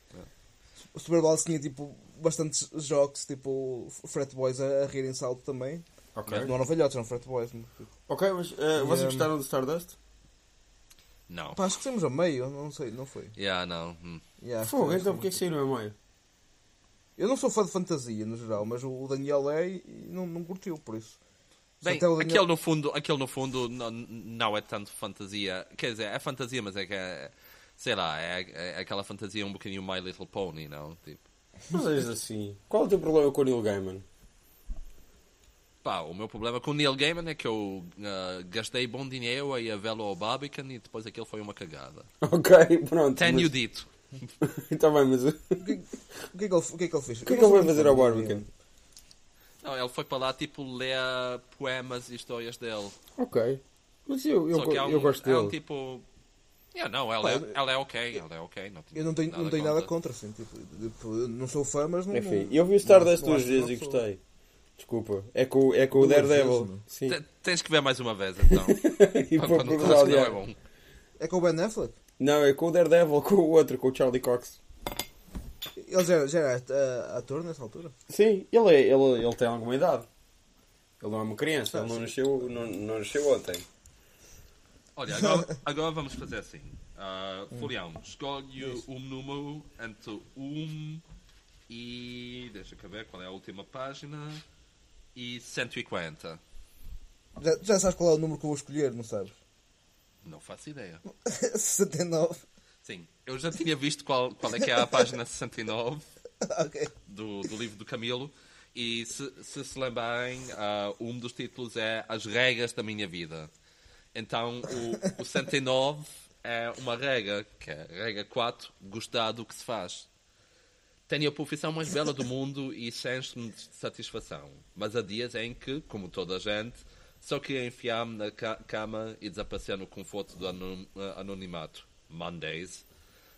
O Super Bowl tinha tipo bastantes jogos, tipo Frat Boys a, a rirem salto também. Ok. Não eram velhotes, eram Frat Boys. Mas, tipo, Ok, mas eh, vocês E, um, gostaram do Stardust? Não. pá, acho que saímos a meio, não sei, não foi. Yeah, não. Hum. Yeah, acho Fogo, que- então porquê que saíram a meio? Eu não sou fã de fantasia no geral, mas o Daniel é e não, não curtiu por isso. Bem, Até o Daniel- aquele no fundo, aquele no fundo não, não é tanto fantasia. Quer dizer, é fantasia, mas é que é, sei lá, é, é aquela fantasia um bocadinho My Little Pony, não? Tipo, Não sejas assim. Qual é o teu problema com o Neil Gaiman? pá, o meu problema com o Neil Gaiman é que eu ah, gastei bom dinheiro a ir a vê-lo ao Barbican e depois aquilo foi uma cagada. Ok, pronto. Tenho mas... dito. Está bem, mas o O que, o que é que ele, o que é que ele fez? que é que ele vai fazer ao Barbican? Não, ele foi para lá tipo ler poemas e histórias dele. Ok. Mas eu, eu, Só que é um, eu gosto é dele. um tipo. Yeah, não, ela, Pá, é, ela é ok, ela é ok. Não tenho Eu não tenho nada nada, não tenho nada contra. contra, assim, tipo, tipo, eu não sou fã, mas não. Enfim, não, eu vi o Stardust não duas acho vezes que e não sou. gostei. Desculpa. É com, é com o Duas Daredevil. vezes, Sim. Te- Tens que ver mais uma vez então. E Para para quando para não é odiar. bom. É com o Ben Affleck? Não, é com o Daredevil, com o outro, com o Charlie Cox. Ele já, era- já era uh, ator nessa altura? Sim, ele, é, ele, ele tem alguma idade. Ele não é uma criança, Ah, ele não sim. nasceu, não, não nasceu ontem. Olha, agora, agora vamos fazer assim. Uh, Folião, escolhe um número entre um e. Deixa eu ver qual é a última página. E cento e quarenta. Já, já sabes qual é o número que eu vou escolher, não sabes? Não faço ideia. sessenta e nove. Sim, eu já tinha visto qual, qual é que é a página sessenta e nove Ok. do, do livro do Camilo. E se se, se lembrarem, uh, um dos títulos é As Regras da Minha Vida. Então o, o cento e nove é uma regra, que é a regra quatro, gostar do que se faz. Tenho a profissão mais bela do mundo e isso enche-me de satisfação. Mas há dias em que, como toda a gente, só queria enfiar-me na ca- cama e desaparecer no conforto do anon- anonimato. Mondays.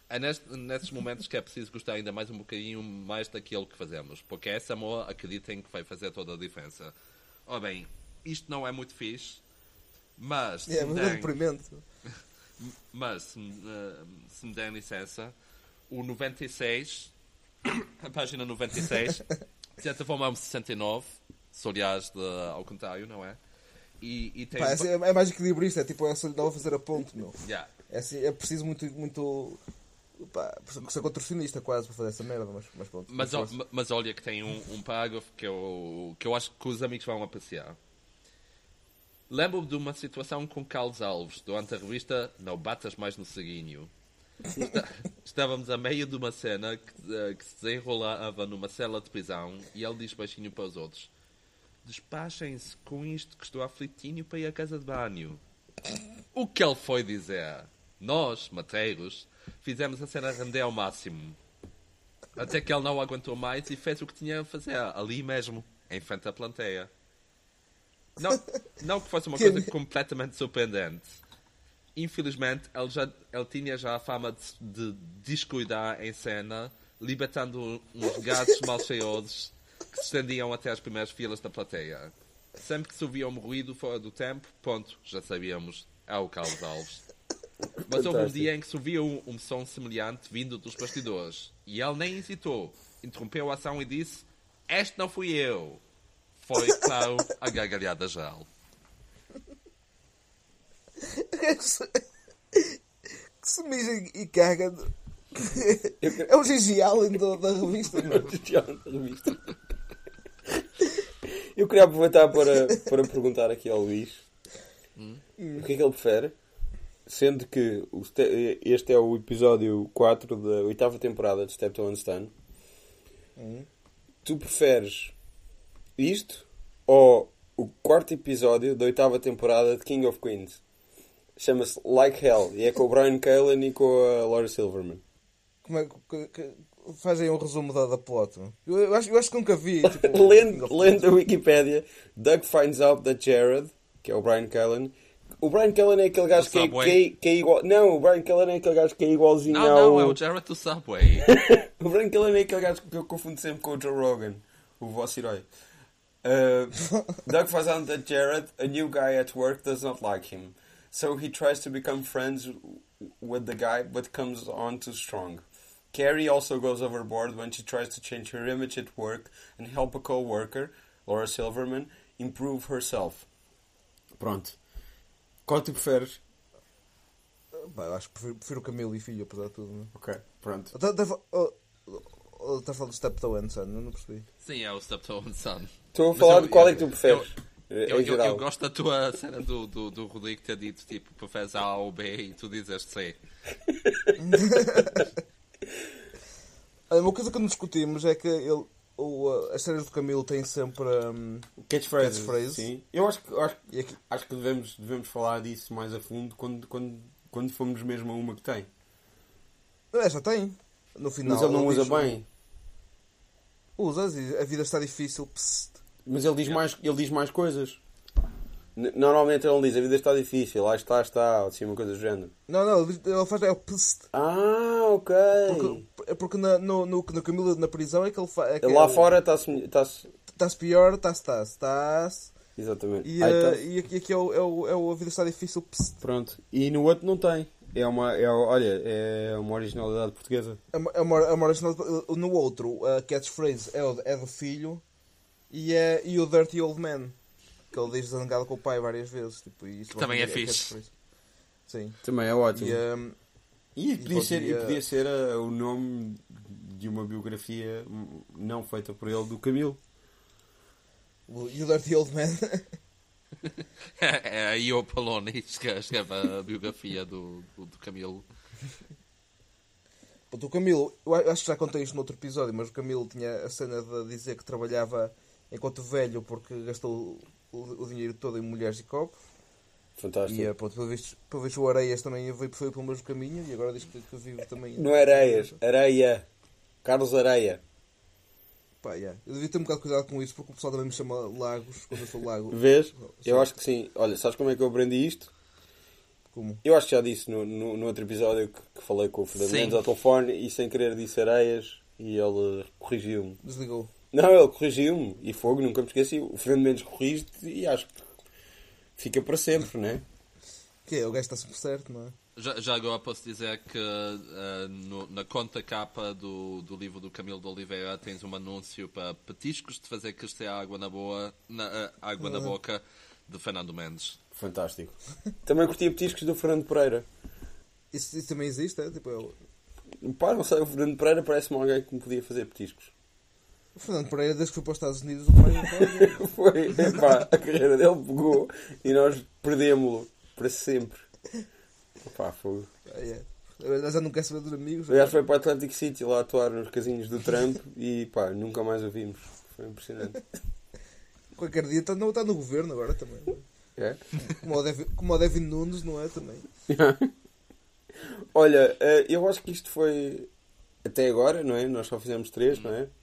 é neste, nesses momentos que é preciso gostar ainda mais um bocadinho mais daquilo que fazemos. Porque esse amor, acreditem que vai fazer toda a diferença. Ora bem, isto não é muito fixe, mas... se É, me muito derem- deprimente. Mas, se me, eh, se me derem licença, o noventa e seis, a página noventa e seis, de certa forma é um sessenta e nove, se olhares de, ao contrário, não é? E, e tem... Pá, é, é mais equilibrista, é tipo, é só lhe dava a fazer a ponte, meu. Yeah. É, assim, é preciso muito, muito pá, ser contorcionista quase para fazer essa merda, mas, mas pronto. Mas, Força. o- mas olha que tem um, um parágrafo que eu, que eu acho que os amigos vão apreciar. Lembro-me de uma situação com Carlos Alves, durante a revista Não Batas Mais no Seguinho. Está- Estávamos a meio de uma cena que, eh, que se desenrolava numa cela de prisão e ele diz baixinho para os outros: despachem-se com isto que estou aflitinho para ir à casa de banho. O que ele foi dizer? Nós, matreiros, fizemos a cena render ao máximo. Até que ele não aguentou mais e fez o que tinha a fazer, ali mesmo, em frente à plateia. Não, não que fosse uma coisa completamente surpreendente. Infelizmente, ele, já, ele tinha já a fama de, de descuidar em cena, libertando uns gases mal cheirosos que se estendiam até as primeiras filas da plateia. Sempre que se ouvia um ruído fora do tempo, ponto, já sabíamos, é o Carlos Alves. Mas houve um Fantástico. dia em que se ouvia um, um som semelhante vindo dos bastidores. E ele nem hesitou. Interrompeu a ação e disse: este não fui eu. Foi, claro, a gargalhada geral. que se, que se mija e caga. É o Gigi Allen do- da revista, meu. Eu queria aproveitar para, para perguntar aqui ao Luís o que é que ele prefere, sendo que o ste- este é o episódio quatro da oitava temporada de Step to Understand. Tu preferes isto ou o quarto episódio da oitava temporada de King of Queens? Chama-se Like Hell e é com o Brian Callen e com a Laura Silverman. Como é que, que- que- fazem um resumo da, da plot? Eu, eu acho, eu acho que nunca vi. Tipo, Lendo, lendo a Wikipédia, Doug finds out that Jared, que é o Brian Callen, o Brian Callen é aquele gajo Do que é, Subway. que, é, que é igual. Não, o Brian Callen é aquele gajo que é igualzinho Não, ao. não, é o Jared do Subway. O Brian Callen é aquele gajo que eu confundo sempre com o Joe Rogan, o vosso herói. Uh, Doug finds out that Jared, a new guy at work, does not like him. So he tries to become friends with the guy, but comes on too strong. Carrie also goes overboard when she tries to change her image at work and help a co-worker, Laura Silverman, improve herself. Pronto. Qual tu preferes? Pá, eu acho que prefiro, prefiro Camilo e Filho, apesar de tudo. Não? Ok, pronto. Estás tá, tá, oh, oh, tá a falar do Step to Son? Não, não percebi. Sim, é o Steptoe Son. Estou a Mas falar eu- de qual é eu- que tu preferes. Eu, em eu, geral. eu gosto da tua cena do, do, do Rodrigo ter dito, tipo, preferes A ou B e tu dizes C. Olha, uma coisa que não discutimos é que ele, o, uh, as séries do Camilo têm sempre. Um, Catchphrase. Catchphrase. Sim. Eu acho que, acho, e aqui, acho que devemos, devemos falar disso mais a fundo quando, quando, quando formos mesmo a uma que tem. é, já tem. No final. Mas ele não usa diz- bem. Usa, diz, a vida está difícil. Psst. Mas ele diz mais, ele diz mais coisas. N- Normalmente ele não diz a vida está difícil, lá está, está, ou assim, uma coisa do género. Não, não, ele, diz- ele faz é o psst. Ah, ok. Porque, é porque na, no, no, no Camilo na prisão é que ele faz. É que Lá ele- fora está-se... Está-se... Está-se pior, está-se, está-se, está-se. Exatamente. E, Ah, uh, então, e aqui, aqui é, o, é, o, é o A Vida Está Difícil. Psst. pronto. E no outro não tem. É uma, é, olha, é uma originalidade portuguesa. É uma, é uma, é uma original- no outro, a catchphrase é, o, é do filho e, é, e o Dirty Old Man. Que ele diz zangado com o pai várias vezes. Tipo, e isso Também é basicamente fixe. catchphrase. Sim. Também é ótimo. E, um, E, podia ser, e podia- podia ser uh, o nome de uma biografia hum, não feita por ele do Camilo. o- e o Dirty Old Man. É aí o Poloni que escreve a biografia do, do, do Camilo. Pronto, o Camilo, eu a- acho que já contei isto no outro episódio, mas o Camilo tinha a cena de dizer que trabalhava enquanto velho porque gastou o, o dinheiro todo em mulheres e copos. Fantástico. E eh, pronto, pelo visto, pelo visto o Areias também veio, foi pelo mesmo caminho e agora diz que, que vive também. Não é Areias, Areia. Carlos Areia. Pá, yeah. Eu devia ter um bocado de cuidado com isso porque o pessoal também me chama Lagos quando eu sou Lago. Vês? Sim. Eu acho que sim. Olha, sabes como é que eu aprendi isto? Como? Eu acho que já disse no, no, no outro episódio que, que falei com o Fernando Sim. Mendes ao telefone e sem querer disse Areias e ele corrigiu-me. Desligou. Não, ele corrigiu-me e fogo, nunca me esqueci. O Fernando Mendes corrige-te e acho que fica para sempre, não é? Que é? O gajo está sempre certo, não é? Já, já agora posso dizer que uh, no- na conta capa do, do livro do Camilo de Oliveira tens um anúncio para petiscos de fazer crescer a água na, boa, na, uh, água na boca de Fernando Mendes. Fantástico. Também curti petiscos do Fernando Pereira. Isso, isso também existe, é? Tipo, é o... Pá, não sei, o Fernando Pereira parece-me alguém que me podia fazer petiscos. o Fernando Pereira, desde que foi para os Estados Unidos, o mais Foi, pá, a carreira dele pegou e nós perdemos-lo para sempre. Pá, foi. é. Eu já não quero saber dos amigos. Aliás, foi para o Atlantic City lá atuar nos casinhos do Trump e pá, nunca mais o vimos. Foi impressionante. Qualquer dia está, não, está no governo agora também. É? Como o Devin, como o Devin Nunes, não é? Também. Olha, eh, eu acho que isto foi até agora, não é? Nós só fizemos três, não é?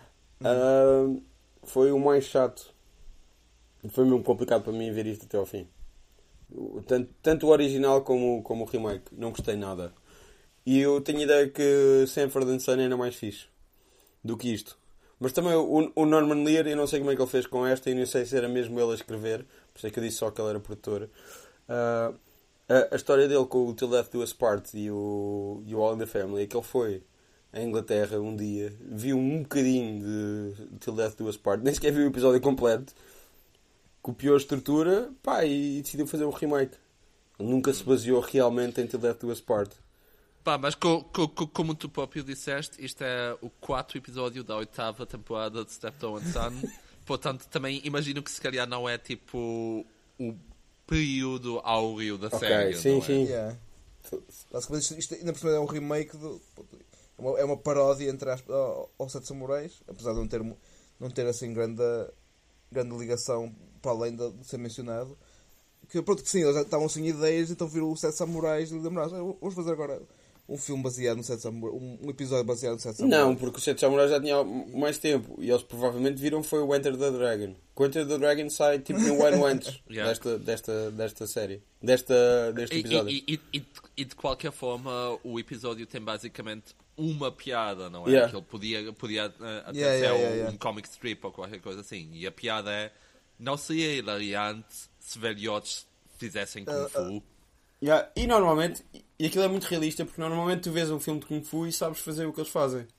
Ah, foi o mais chato. Foi mesmo complicado para mim ver isto até ao fim. O- Tanto, tanto o original como, como o remake. Não gostei nada. E eu tenho a ideia que Sanford and Son era mais fixe do que isto. Mas também o, o Norman Lear, eu não sei como é que ele fez com esta e não sei se era mesmo ele a escrever. Por isso é que eu disse só que ele era produtor. Ah, a, a história dele com o Till Death Do Us Part e o, e o All in the Family é que ele foi à Inglaterra um dia, viu um bocadinho de Till Death Do Us Part, nem sequer viu o episódio completo, copiou a estrutura, pá, e decidiu fazer um remake. Ele nunca se baseou realmente em Till Death Do Us Part. Pá, mas co, co, co- como tu próprio disseste, isto é o quarto episódio da oitava temporada de Steptoe and Son. Portanto, também imagino que se calhar não é tipo o período áureo da Ok, série. sim, não é? sim. Yeah. Basicamente, isto, isto ainda por cima é um remake, do, é, uma, é uma paródia entre aspas, ao, ao Sete Samurais, apesar de não ter, mu- não ter assim grande, grande ligação para além de, de ser mencionado. Que, pronto, que sim, eles já estavam sem ideias, então viram o Sete Samurais e lembraram, "Ah, vamos fazer agora um filme baseado no Sete Samurais, um, um episódio baseado no Sete Samurais." Não, porque o Sete Samurais já tinha mais tempo e eles provavelmente viram foi o Enter the Dragon. O Enter the Dragon sai tipo no ano antes Yeah. desta, desta, desta série, desta, deste E, episódio. e, e, e, e de qualquer forma, o episódio tem basicamente uma piada, não é? Yeah. Que ele podia, podia uh, até Yeah, ser yeah, um, yeah, yeah. um comic strip ou qualquer coisa assim. E a piada é: não seria hilariante se velhotes fizessem Kung Fu? Yeah, e normalmente, e aquilo é muito realista porque normalmente tu vês um filme de Kung Fu e sabes fazer o que eles fazem.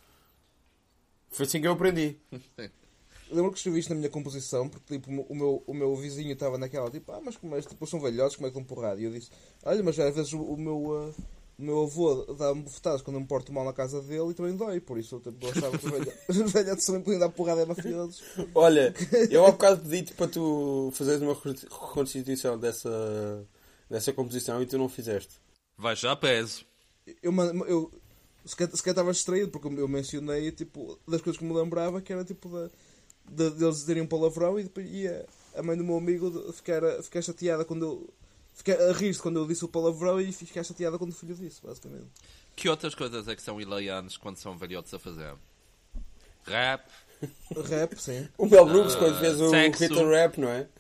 Foi assim que eu aprendi. Eu lembro que escrevi isto na minha composição, porque tipo, o, meu, o meu vizinho estava naquela, tipo, ah, mas como é, tipo, são velhotes, como é que dão porrada? E eu disse, olha, mas às vezes o, o meu, ah, o meu avô dá-me bofetadas quando eu me porto mal na casa dele e também dói, por isso eu, tipo, eu achava que os velho- os velhotes também podiam dar porrada na filha deles. Olha, eu há bocado pedi-te para tu fazeres uma reconstituição dessa, dessa composição e tu não fizeste. Vai já peso. Eu, man- eu se calhar se calhar estava distraído, porque eu mencionei, tipo, das coisas que me lembrava, que era, tipo, da, de, deles dizerem um palavrão e depois ia a mãe do meu amigo de- ficar, ficar chateada quando eu... Ficar a rir-se quando eu disse o palavrão e ficar chateada quando o filho disse, basicamente. Que outras coisas é que são hilariantes quando são velhotes a fazer? Rap? Rap, sim. O Mel Brooks quando fez o sexo. Hit and Rap, não é?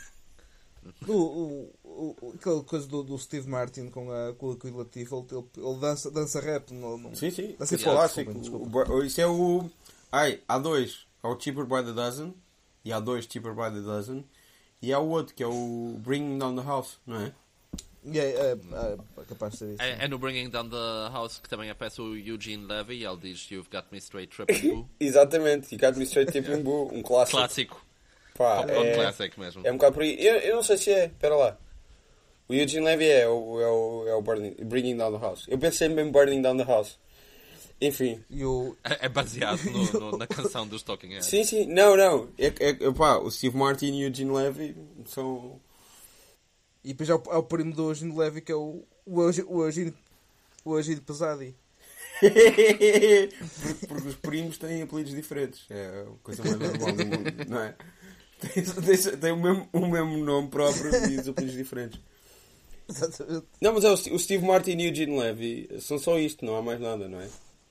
O, o, o, aquela coisa do, do Steve Martin com a com a Queen Latifah, ele, ele dança, dança rap. Não, não, Sim, sim. dança Esse hip hop, clássico. desculpa, O- desculpa. o- Isso é o... Ai, há dois. Há o Cheaper by the Dozen e há dois Cheaper by the Dozen. E há o outro que é o Bringing Down the House, não é? E é, é, é capaz de ser isso. É, é no Bringing Down the House que também aparece o Eugene Levy e ele diz You've got me straight triple boo. Exatamente. E Got Me Straight tipo um boo. Um clássico. Clássico. Pá, Popcorn é, Classic mesmo. é um bocado por aí. Eu, eu não sei se é. Espera lá. O Eugene Levy é o, é o, é o burning, Bringing Down the House. Eu pensei mesmo em Burning Down the House. Enfim. E o, É, é baseado no- no- na canção dos Talking Heads. Sim, sim. Não, não. É, é, pá, o Steve Martin e o Eugene Levy são... e depois há o, há o primo do Eugene Levy, que é o, o, Euge- o Eugene, o Eugene Pesadi. porque, porque os primos têm apelidos diferentes. É a coisa mais normal do mundo, não é? Tem, tem, tem o, mesmo, o mesmo nome próprio e os apelidos diferentes. Exatamente. Não, mas é o, St- o Steve Martin e o Eugene Levy são só isto, não há mais nada, não é?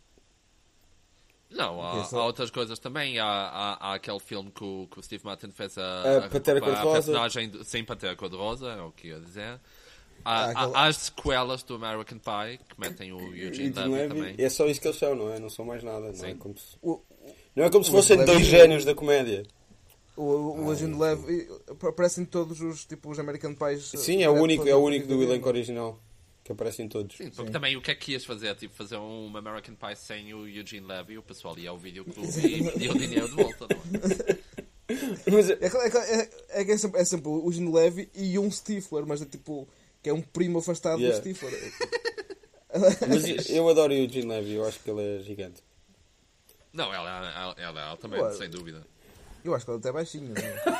Não, há, Isso. há outras coisas também. Há, há, há aquele filme que o, que o Steve Martin fez a, A Pantera a Cor-de-Rosa. personagem de- sem Pantera Cor-de-Rosa, é o que ia dizer. Há, Ah, aquele- há as sequelas do American Pie que metem o Eugene E não Levy é, também. é só isso que eles são, não é? Não são mais nada. Não é Sim. como se, O, não é como se o fossem Levy- dois génios da comédia. o, o, o Eugene Levy aparecem todos os, tipo, os American Pies. Sim, é o eh, único, é o único do vídeo. elenco original que aparecem todos. Sim, porque também o que é que ias fazer? Tipo, fazer um American Pie sem o Eugene Levy, o pessoal ia ao videoclube e pedia o dinheiro de volta, não é? Mas, É, que- é, que- é, é que é sempre, é sempre o Eugene Levy e um Stifler, mas é tipo, que é um primo afastado Yeah. do Stifler. mas eu adoro o Eugene Levy, eu acho que ele é gigante. Não, ela, ela, ela é altamente, Ué. sem dúvida. Eu acho que ele até é baixinho, não é?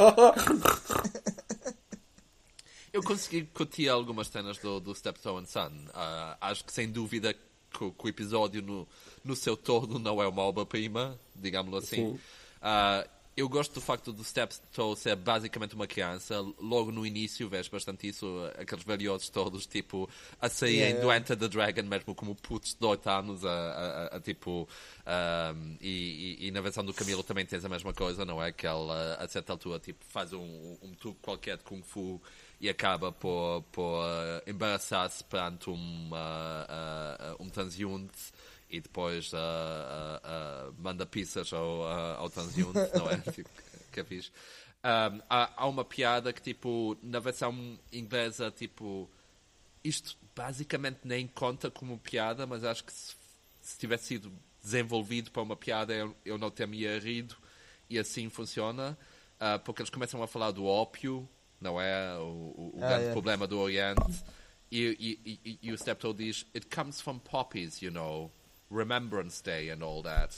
Eu consegui curtir algumas cenas do, do Steptoe Son. Uh, acho que sem dúvida que, o- que o episódio no, no seu todo não é uma obra-prima, digamos assim. Sim. Uh, eu gosto do facto do Steptoe ser basicamente uma criança. Logo no início vês bastante isso, aqueles velhotes todos tipo a saírem Yeah, do yeah. Enter the Dragon mesmo como putos de oito anos a, a, a- a tipo um, e, e- e na versão do Camilo também tens a mesma coisa, não é? Que ele a certa altura tipo, faz um, um truque qualquer de Kung Fu e acaba por, por uh, embaraçar-se perante um, uh, uh, um transeunte e depois uh, uh, uh, manda pizzas ao, uh, ao transeunte, não é? Tipo, que é fixe. Um, há, há uma piada que, tipo, na versão inglesa, tipo, isto basicamente nem conta como piada, mas acho que se, se tivesse sido desenvolvido para uma piada, eu, eu não teria rido, e assim funciona, uh, porque eles começam a falar do ópio, não é? O, o, o Ah, grande é. problema do Oriente, e, e, e, e o Steptoe diz, it comes from poppies, you know, Remembrance Day and all that.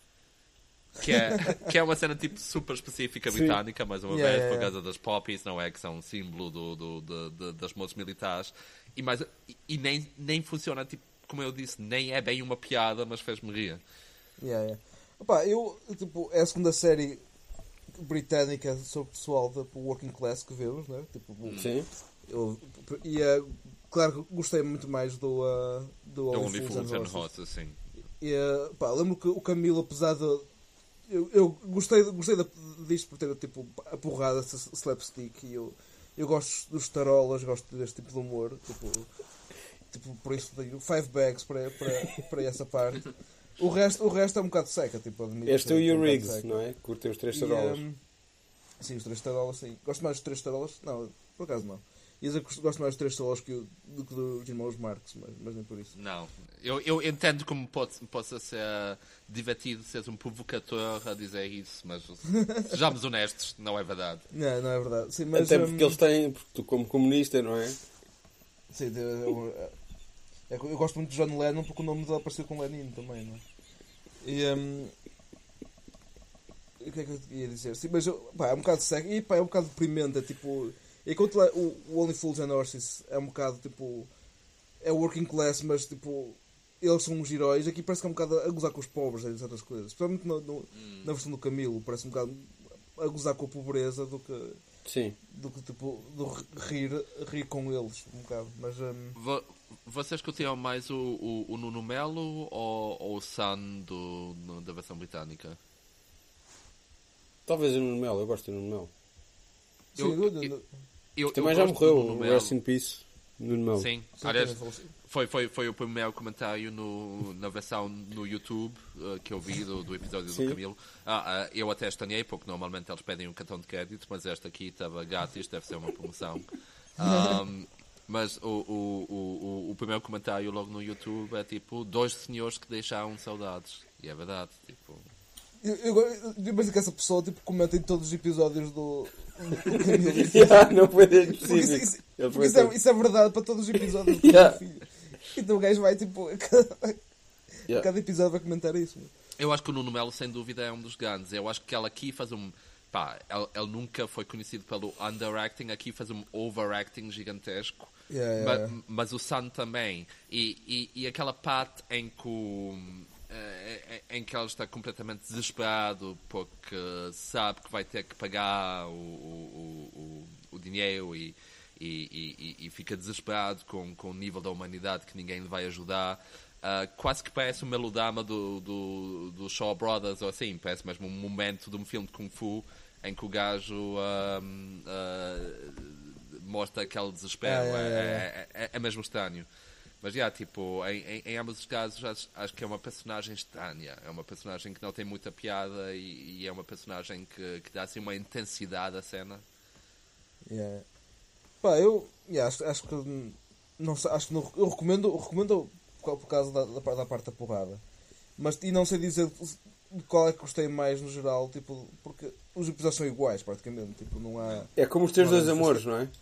Que é, que é uma cena tipo super específica britânica, mais uma Yeah, vez, yeah, por yeah. causa das poppies, não é? Que são um símbolo do, do, do- de- das moças militares. E, mais, e, e nem, nem funciona, tipo, como eu disse, nem é bem uma piada, mas fez-me rir. Yeah, yeah. Opa, eu, tipo, é a segunda série britânica sobre pessoal da tipo, working class que vemos, né? Tipo, Sim. eu, e eh, claro que gostei muito mais do, uh, do The Only Only Fools and Fools and Horses. Horses, assim. E, eh, pá, lembro que o Camilo, apesar de. Eu, eu gostei, gostei da- disto por ter tipo, a porrada esse slapstick e eu, eu gosto dos tarolas, gosto deste tipo de humor. Tipo, tipo, por isso tenho five bags para, para, para essa parte. O resto, o resto é um bocado seca. Tipo, admito És tu que é e um o bocado Riggs, seca. não é? Curtem os três E, tarolas. hum, sim, os três tarolas, sim. Gosto mais dos três tarolas. Não, por acaso não. Ia dizer que gosto mais dos três tarolas que o- do que dos irmãos Marx, mas, mas nem por isso. Não. Eu, eu entendo como pode, possa ser divertido seres um provocador a dizer isso, mas sejamos honestos, não é verdade. Não, não é verdade. Sim, mas, Até hum, porque eles têm, porque tu como comunista, não é? Sim, de- eu, é que eu gosto muito de John Lennon porque o nome dele apareceu com Lenin também, não é? E, hum, o que é que eu ia dizer? Sim, mas eu- pá, é um bocado seco e pá, é um bocado deprimente. É tipo. Enquanto lá, o, o Only Fools and Horses é um bocado tipo. É working class, mas tipo. Eles são os heróis. Aqui parece que é um bocado a gozar com os pobres e certas coisas. Especialmente no, no- na versão do Camilo, parece um bocado a gozar com a pobreza do que. Sim. Do que tipo. Do rir, rir com eles, um bocado. Mas. hum, Vo- Vocês curtiam mais o, o, o Nuno Melo ou, ou o Sun do, no- da versão britânica? Talvez o Nuno Melo, eu gosto do Nuno Melo. sim, Eu- eu- eu- Eu, Também eu já gosto do Nuno morreu, Melo. Rest in Peace, Nuno Melo. Sim, sim, aliás, também falo assim. foi, foi, foi o primeiro comentário no, na versão no YouTube uh, que eu vi do, do episódio Sim. do Camilo. Ah, ah, eu até estranhei, porque normalmente eles pedem um cartão de crédito, mas esta aqui estava grátis, deve ser uma promoção. Ahm, mas o, o, o, o, o primeiro comentário logo no YouTube é tipo, dois senhores que deixaram saudades. E é verdade, tipo... Eu, eu, eu imagino que essa pessoa tipo, comenta em todos os episódios do, do Camilo. Yeah, não foi desse Porque isso, específico. isso- Ele porque foi isso, é, todo. isso é verdade para todos os episódios do Yeah. meu filho. Então o gajo vai tipo. A cada, Yeah. cada episódio vai comentar isso. Eu acho que o Nuno Melo, sem dúvida, é um dos grandes. Eu acho que ele aqui faz um... Pá, ele, ele nunca foi conhecido pelo underacting, aqui faz um overacting gigantesco. Yeah, yeah, Ma- yeah. Mas o Sun também. E, e, e aquela parte em que, o, eh, em que ele está completamente desesperado porque sabe que vai ter que pagar o, o, o, o dinheiro e, e, e, e fica desesperado com, com o nível da humanidade que ninguém lhe vai ajudar. Uh, quase que parece um melodrama do, do, do Shaw Brothers ou assim, parece mesmo um momento de um filme de Kung Fu em que o gajo um, uh, mostra aquele desespero. Ah, é, é, é, é, é, é mesmo estranho. Mas, já, tipo, em, em, em ambos os casos, acho, acho que é uma personagem estranha. É uma personagem que não tem muita piada e, e é uma personagem que, que dá, assim, uma intensidade à cena. Yeah. Pá, eu yeah, acho, acho que... Não sei, acho que não, eu recomendo, eu recomendo por causa da, da, da parte da porrada. Mas, e não sei dizer qual é que gostei mais no geral, tipo, porque os episódios são iguais, praticamente. Tipo, não há... É como os teus não há dois amores, não é?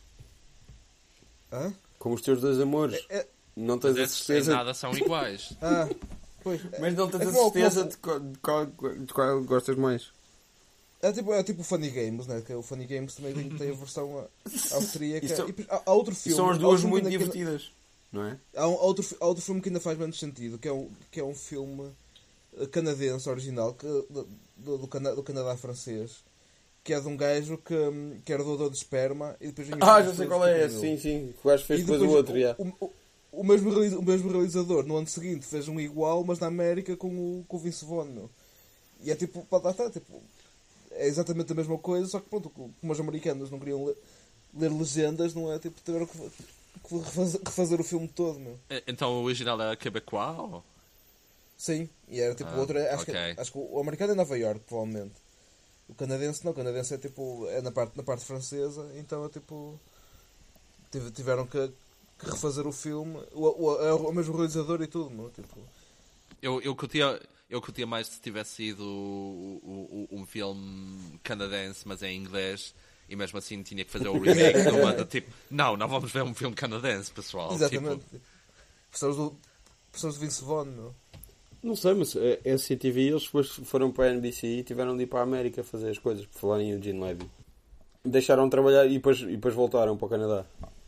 Hã? Como os teus dois amores. É, é... Não tens Mas a esses em certeza... nada são iguais. Ah, pois. Mas não tens é a como- certeza como- de qual, de, qual, de qual gostas mais. É tipo, é tipo o Funny Games, né? Que o Funny Games também tem, tem a versão austríaca. E são- E depois há, há outro E filme. são as há duas outro filme muito que ainda- divertidas, não é? Há, um, outro, fi- há outro filme que ainda faz menos sentido, que é um, que é um filme eh, canadense original, que, do, do, do, Cana, do Canadá francês, que é de um gajo que, hum, que era doador de esperma e depois vinha os Ah, filhos já sei todos qual é. com ele. Sim, sim. O gajo fez E depois o outro, já. o, o, o, mesmo realiza- o mesmo realizador no ano seguinte fez um igual, mas na América com o, com o Vince Vaughn, meu. E é tipo, pá, tá, tá, tipo, é exatamente a mesma coisa, só que pronto, como os americanos não queriam ler, ler legendas, não é? Tipo, tiveram que, que refazer, refazer o filme todo, meu. E- Então o original era quebecois? Ou? Sim, e era tipo Ah, o outro, é- acho, ok. que, acho que o americano é Nova York, provavelmente. O canadense não, o canadense é tipo, é na parte, na parte francesa, então é tipo, tive- tiveram que, que refazer o filme, o, o, é o mesmo realizador e tudo, meu, tipo. Eu, eu, curtia, eu curtia mais se tivesse sido o- o- um filme canadense, mas em inglês, e mesmo assim tinha que fazer o remake de uma de tipo, não, não vamos ver um filme canadense, pessoal. Exatamente. Tipo, Pessoas do, pessoas do Vince Vaughn, meu. Não sei, mas a S C T V eles depois foram para a N B C e tiveram de ir para a América fazer as coisas, por falar em Eugene Levy. Deixaram de trabalhar e depois, e depois voltaram para o Canadá.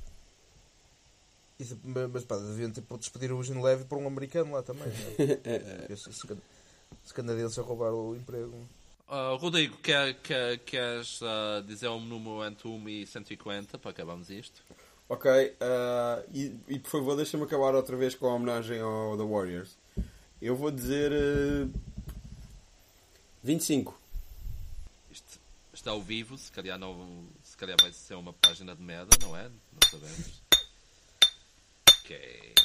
E, mas pá, deviam tipo, despedir o Eugene Levy por um americano lá também, não é? Porque Os os can- os canadenses a roubar o emprego. ah, Rodrigo, quer, quer, queres ah, dizer um número entre um e cento e cinquenta para acabarmos isto? Ok, ah, e, e por favor deixa-me acabar outra vez com a homenagem ao The Warriors. Eu vou dizer uh, vinte e cinco. Isto está ao vivo, se calhar, não, se calhar vai ser uma página de merda, não é? Não sabemos. Ok.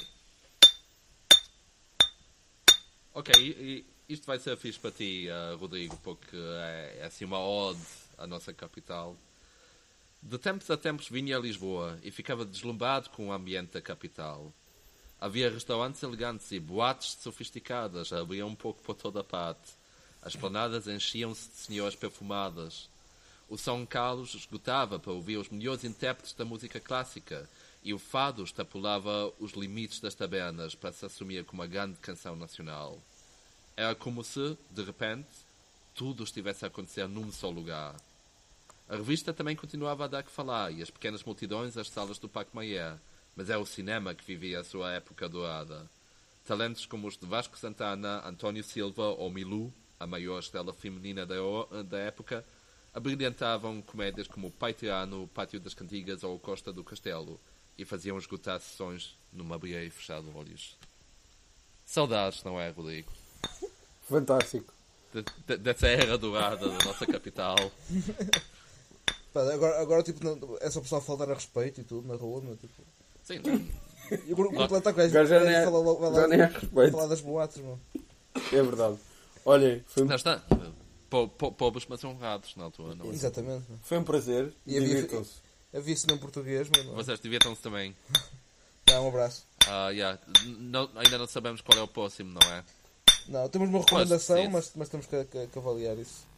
Ok, e, e isto vai ser fixe para ti, ah, Rodrigo, porque é, é assim uma ode à nossa capital. De tempos a tempos vinha a Lisboa e ficava deslumbrado com o ambiente da capital. Havia restaurantes elegantes e boates sofisticadas, abriam um pouco por toda a parte. As planadas enchiam-se de senhoras perfumadas. O São Carlos esgotava para ouvir os melhores intérpretes da música clássica e o fado extrapolava os limites das tabernas para se assumir como a grande canção nacional. Era como se, de repente, tudo estivesse a acontecer num só lugar. A revista também continuava a dar que falar e as pequenas multidões às salas do Parque Mayer, mas é o cinema que vivia a sua época dourada. Talentos como os de Vasco Santana, António Silva ou Milou, a maior estrela feminina da, da época, abrilhantavam comédias como O Pai Tirano, O Pátio das Cantigas ou O Costa do Castelo e faziam esgotar sessões numa abrir e fechar de olhos. Saudades, não é, Rodrigo? Fantástico. De, de, dessa era dourada da nossa capital. Pá, agora, agora tipo, não, é só o pessoal faltar a respeito e tudo na rua, meu, tipo. Sim, E o grupo está com Agora já nem é- fala logo- vai já lá- nem é respeito. falar das boates, meu. É verdade. Olhem, foi, lá está. Po- po- Pobres, mas honrados na altura, não é? Exatamente. Meu. foi um prazer. E havia- Divirtam-se. Havia cinema em português, meu. Não. Vocês divirtam-se também. Dá um abraço. Ah, yeah. Não- ainda não sabemos qual é o próximo, não é? Não, temos uma recomendação, sim. mas, mas temos que, que- que avaliar isso.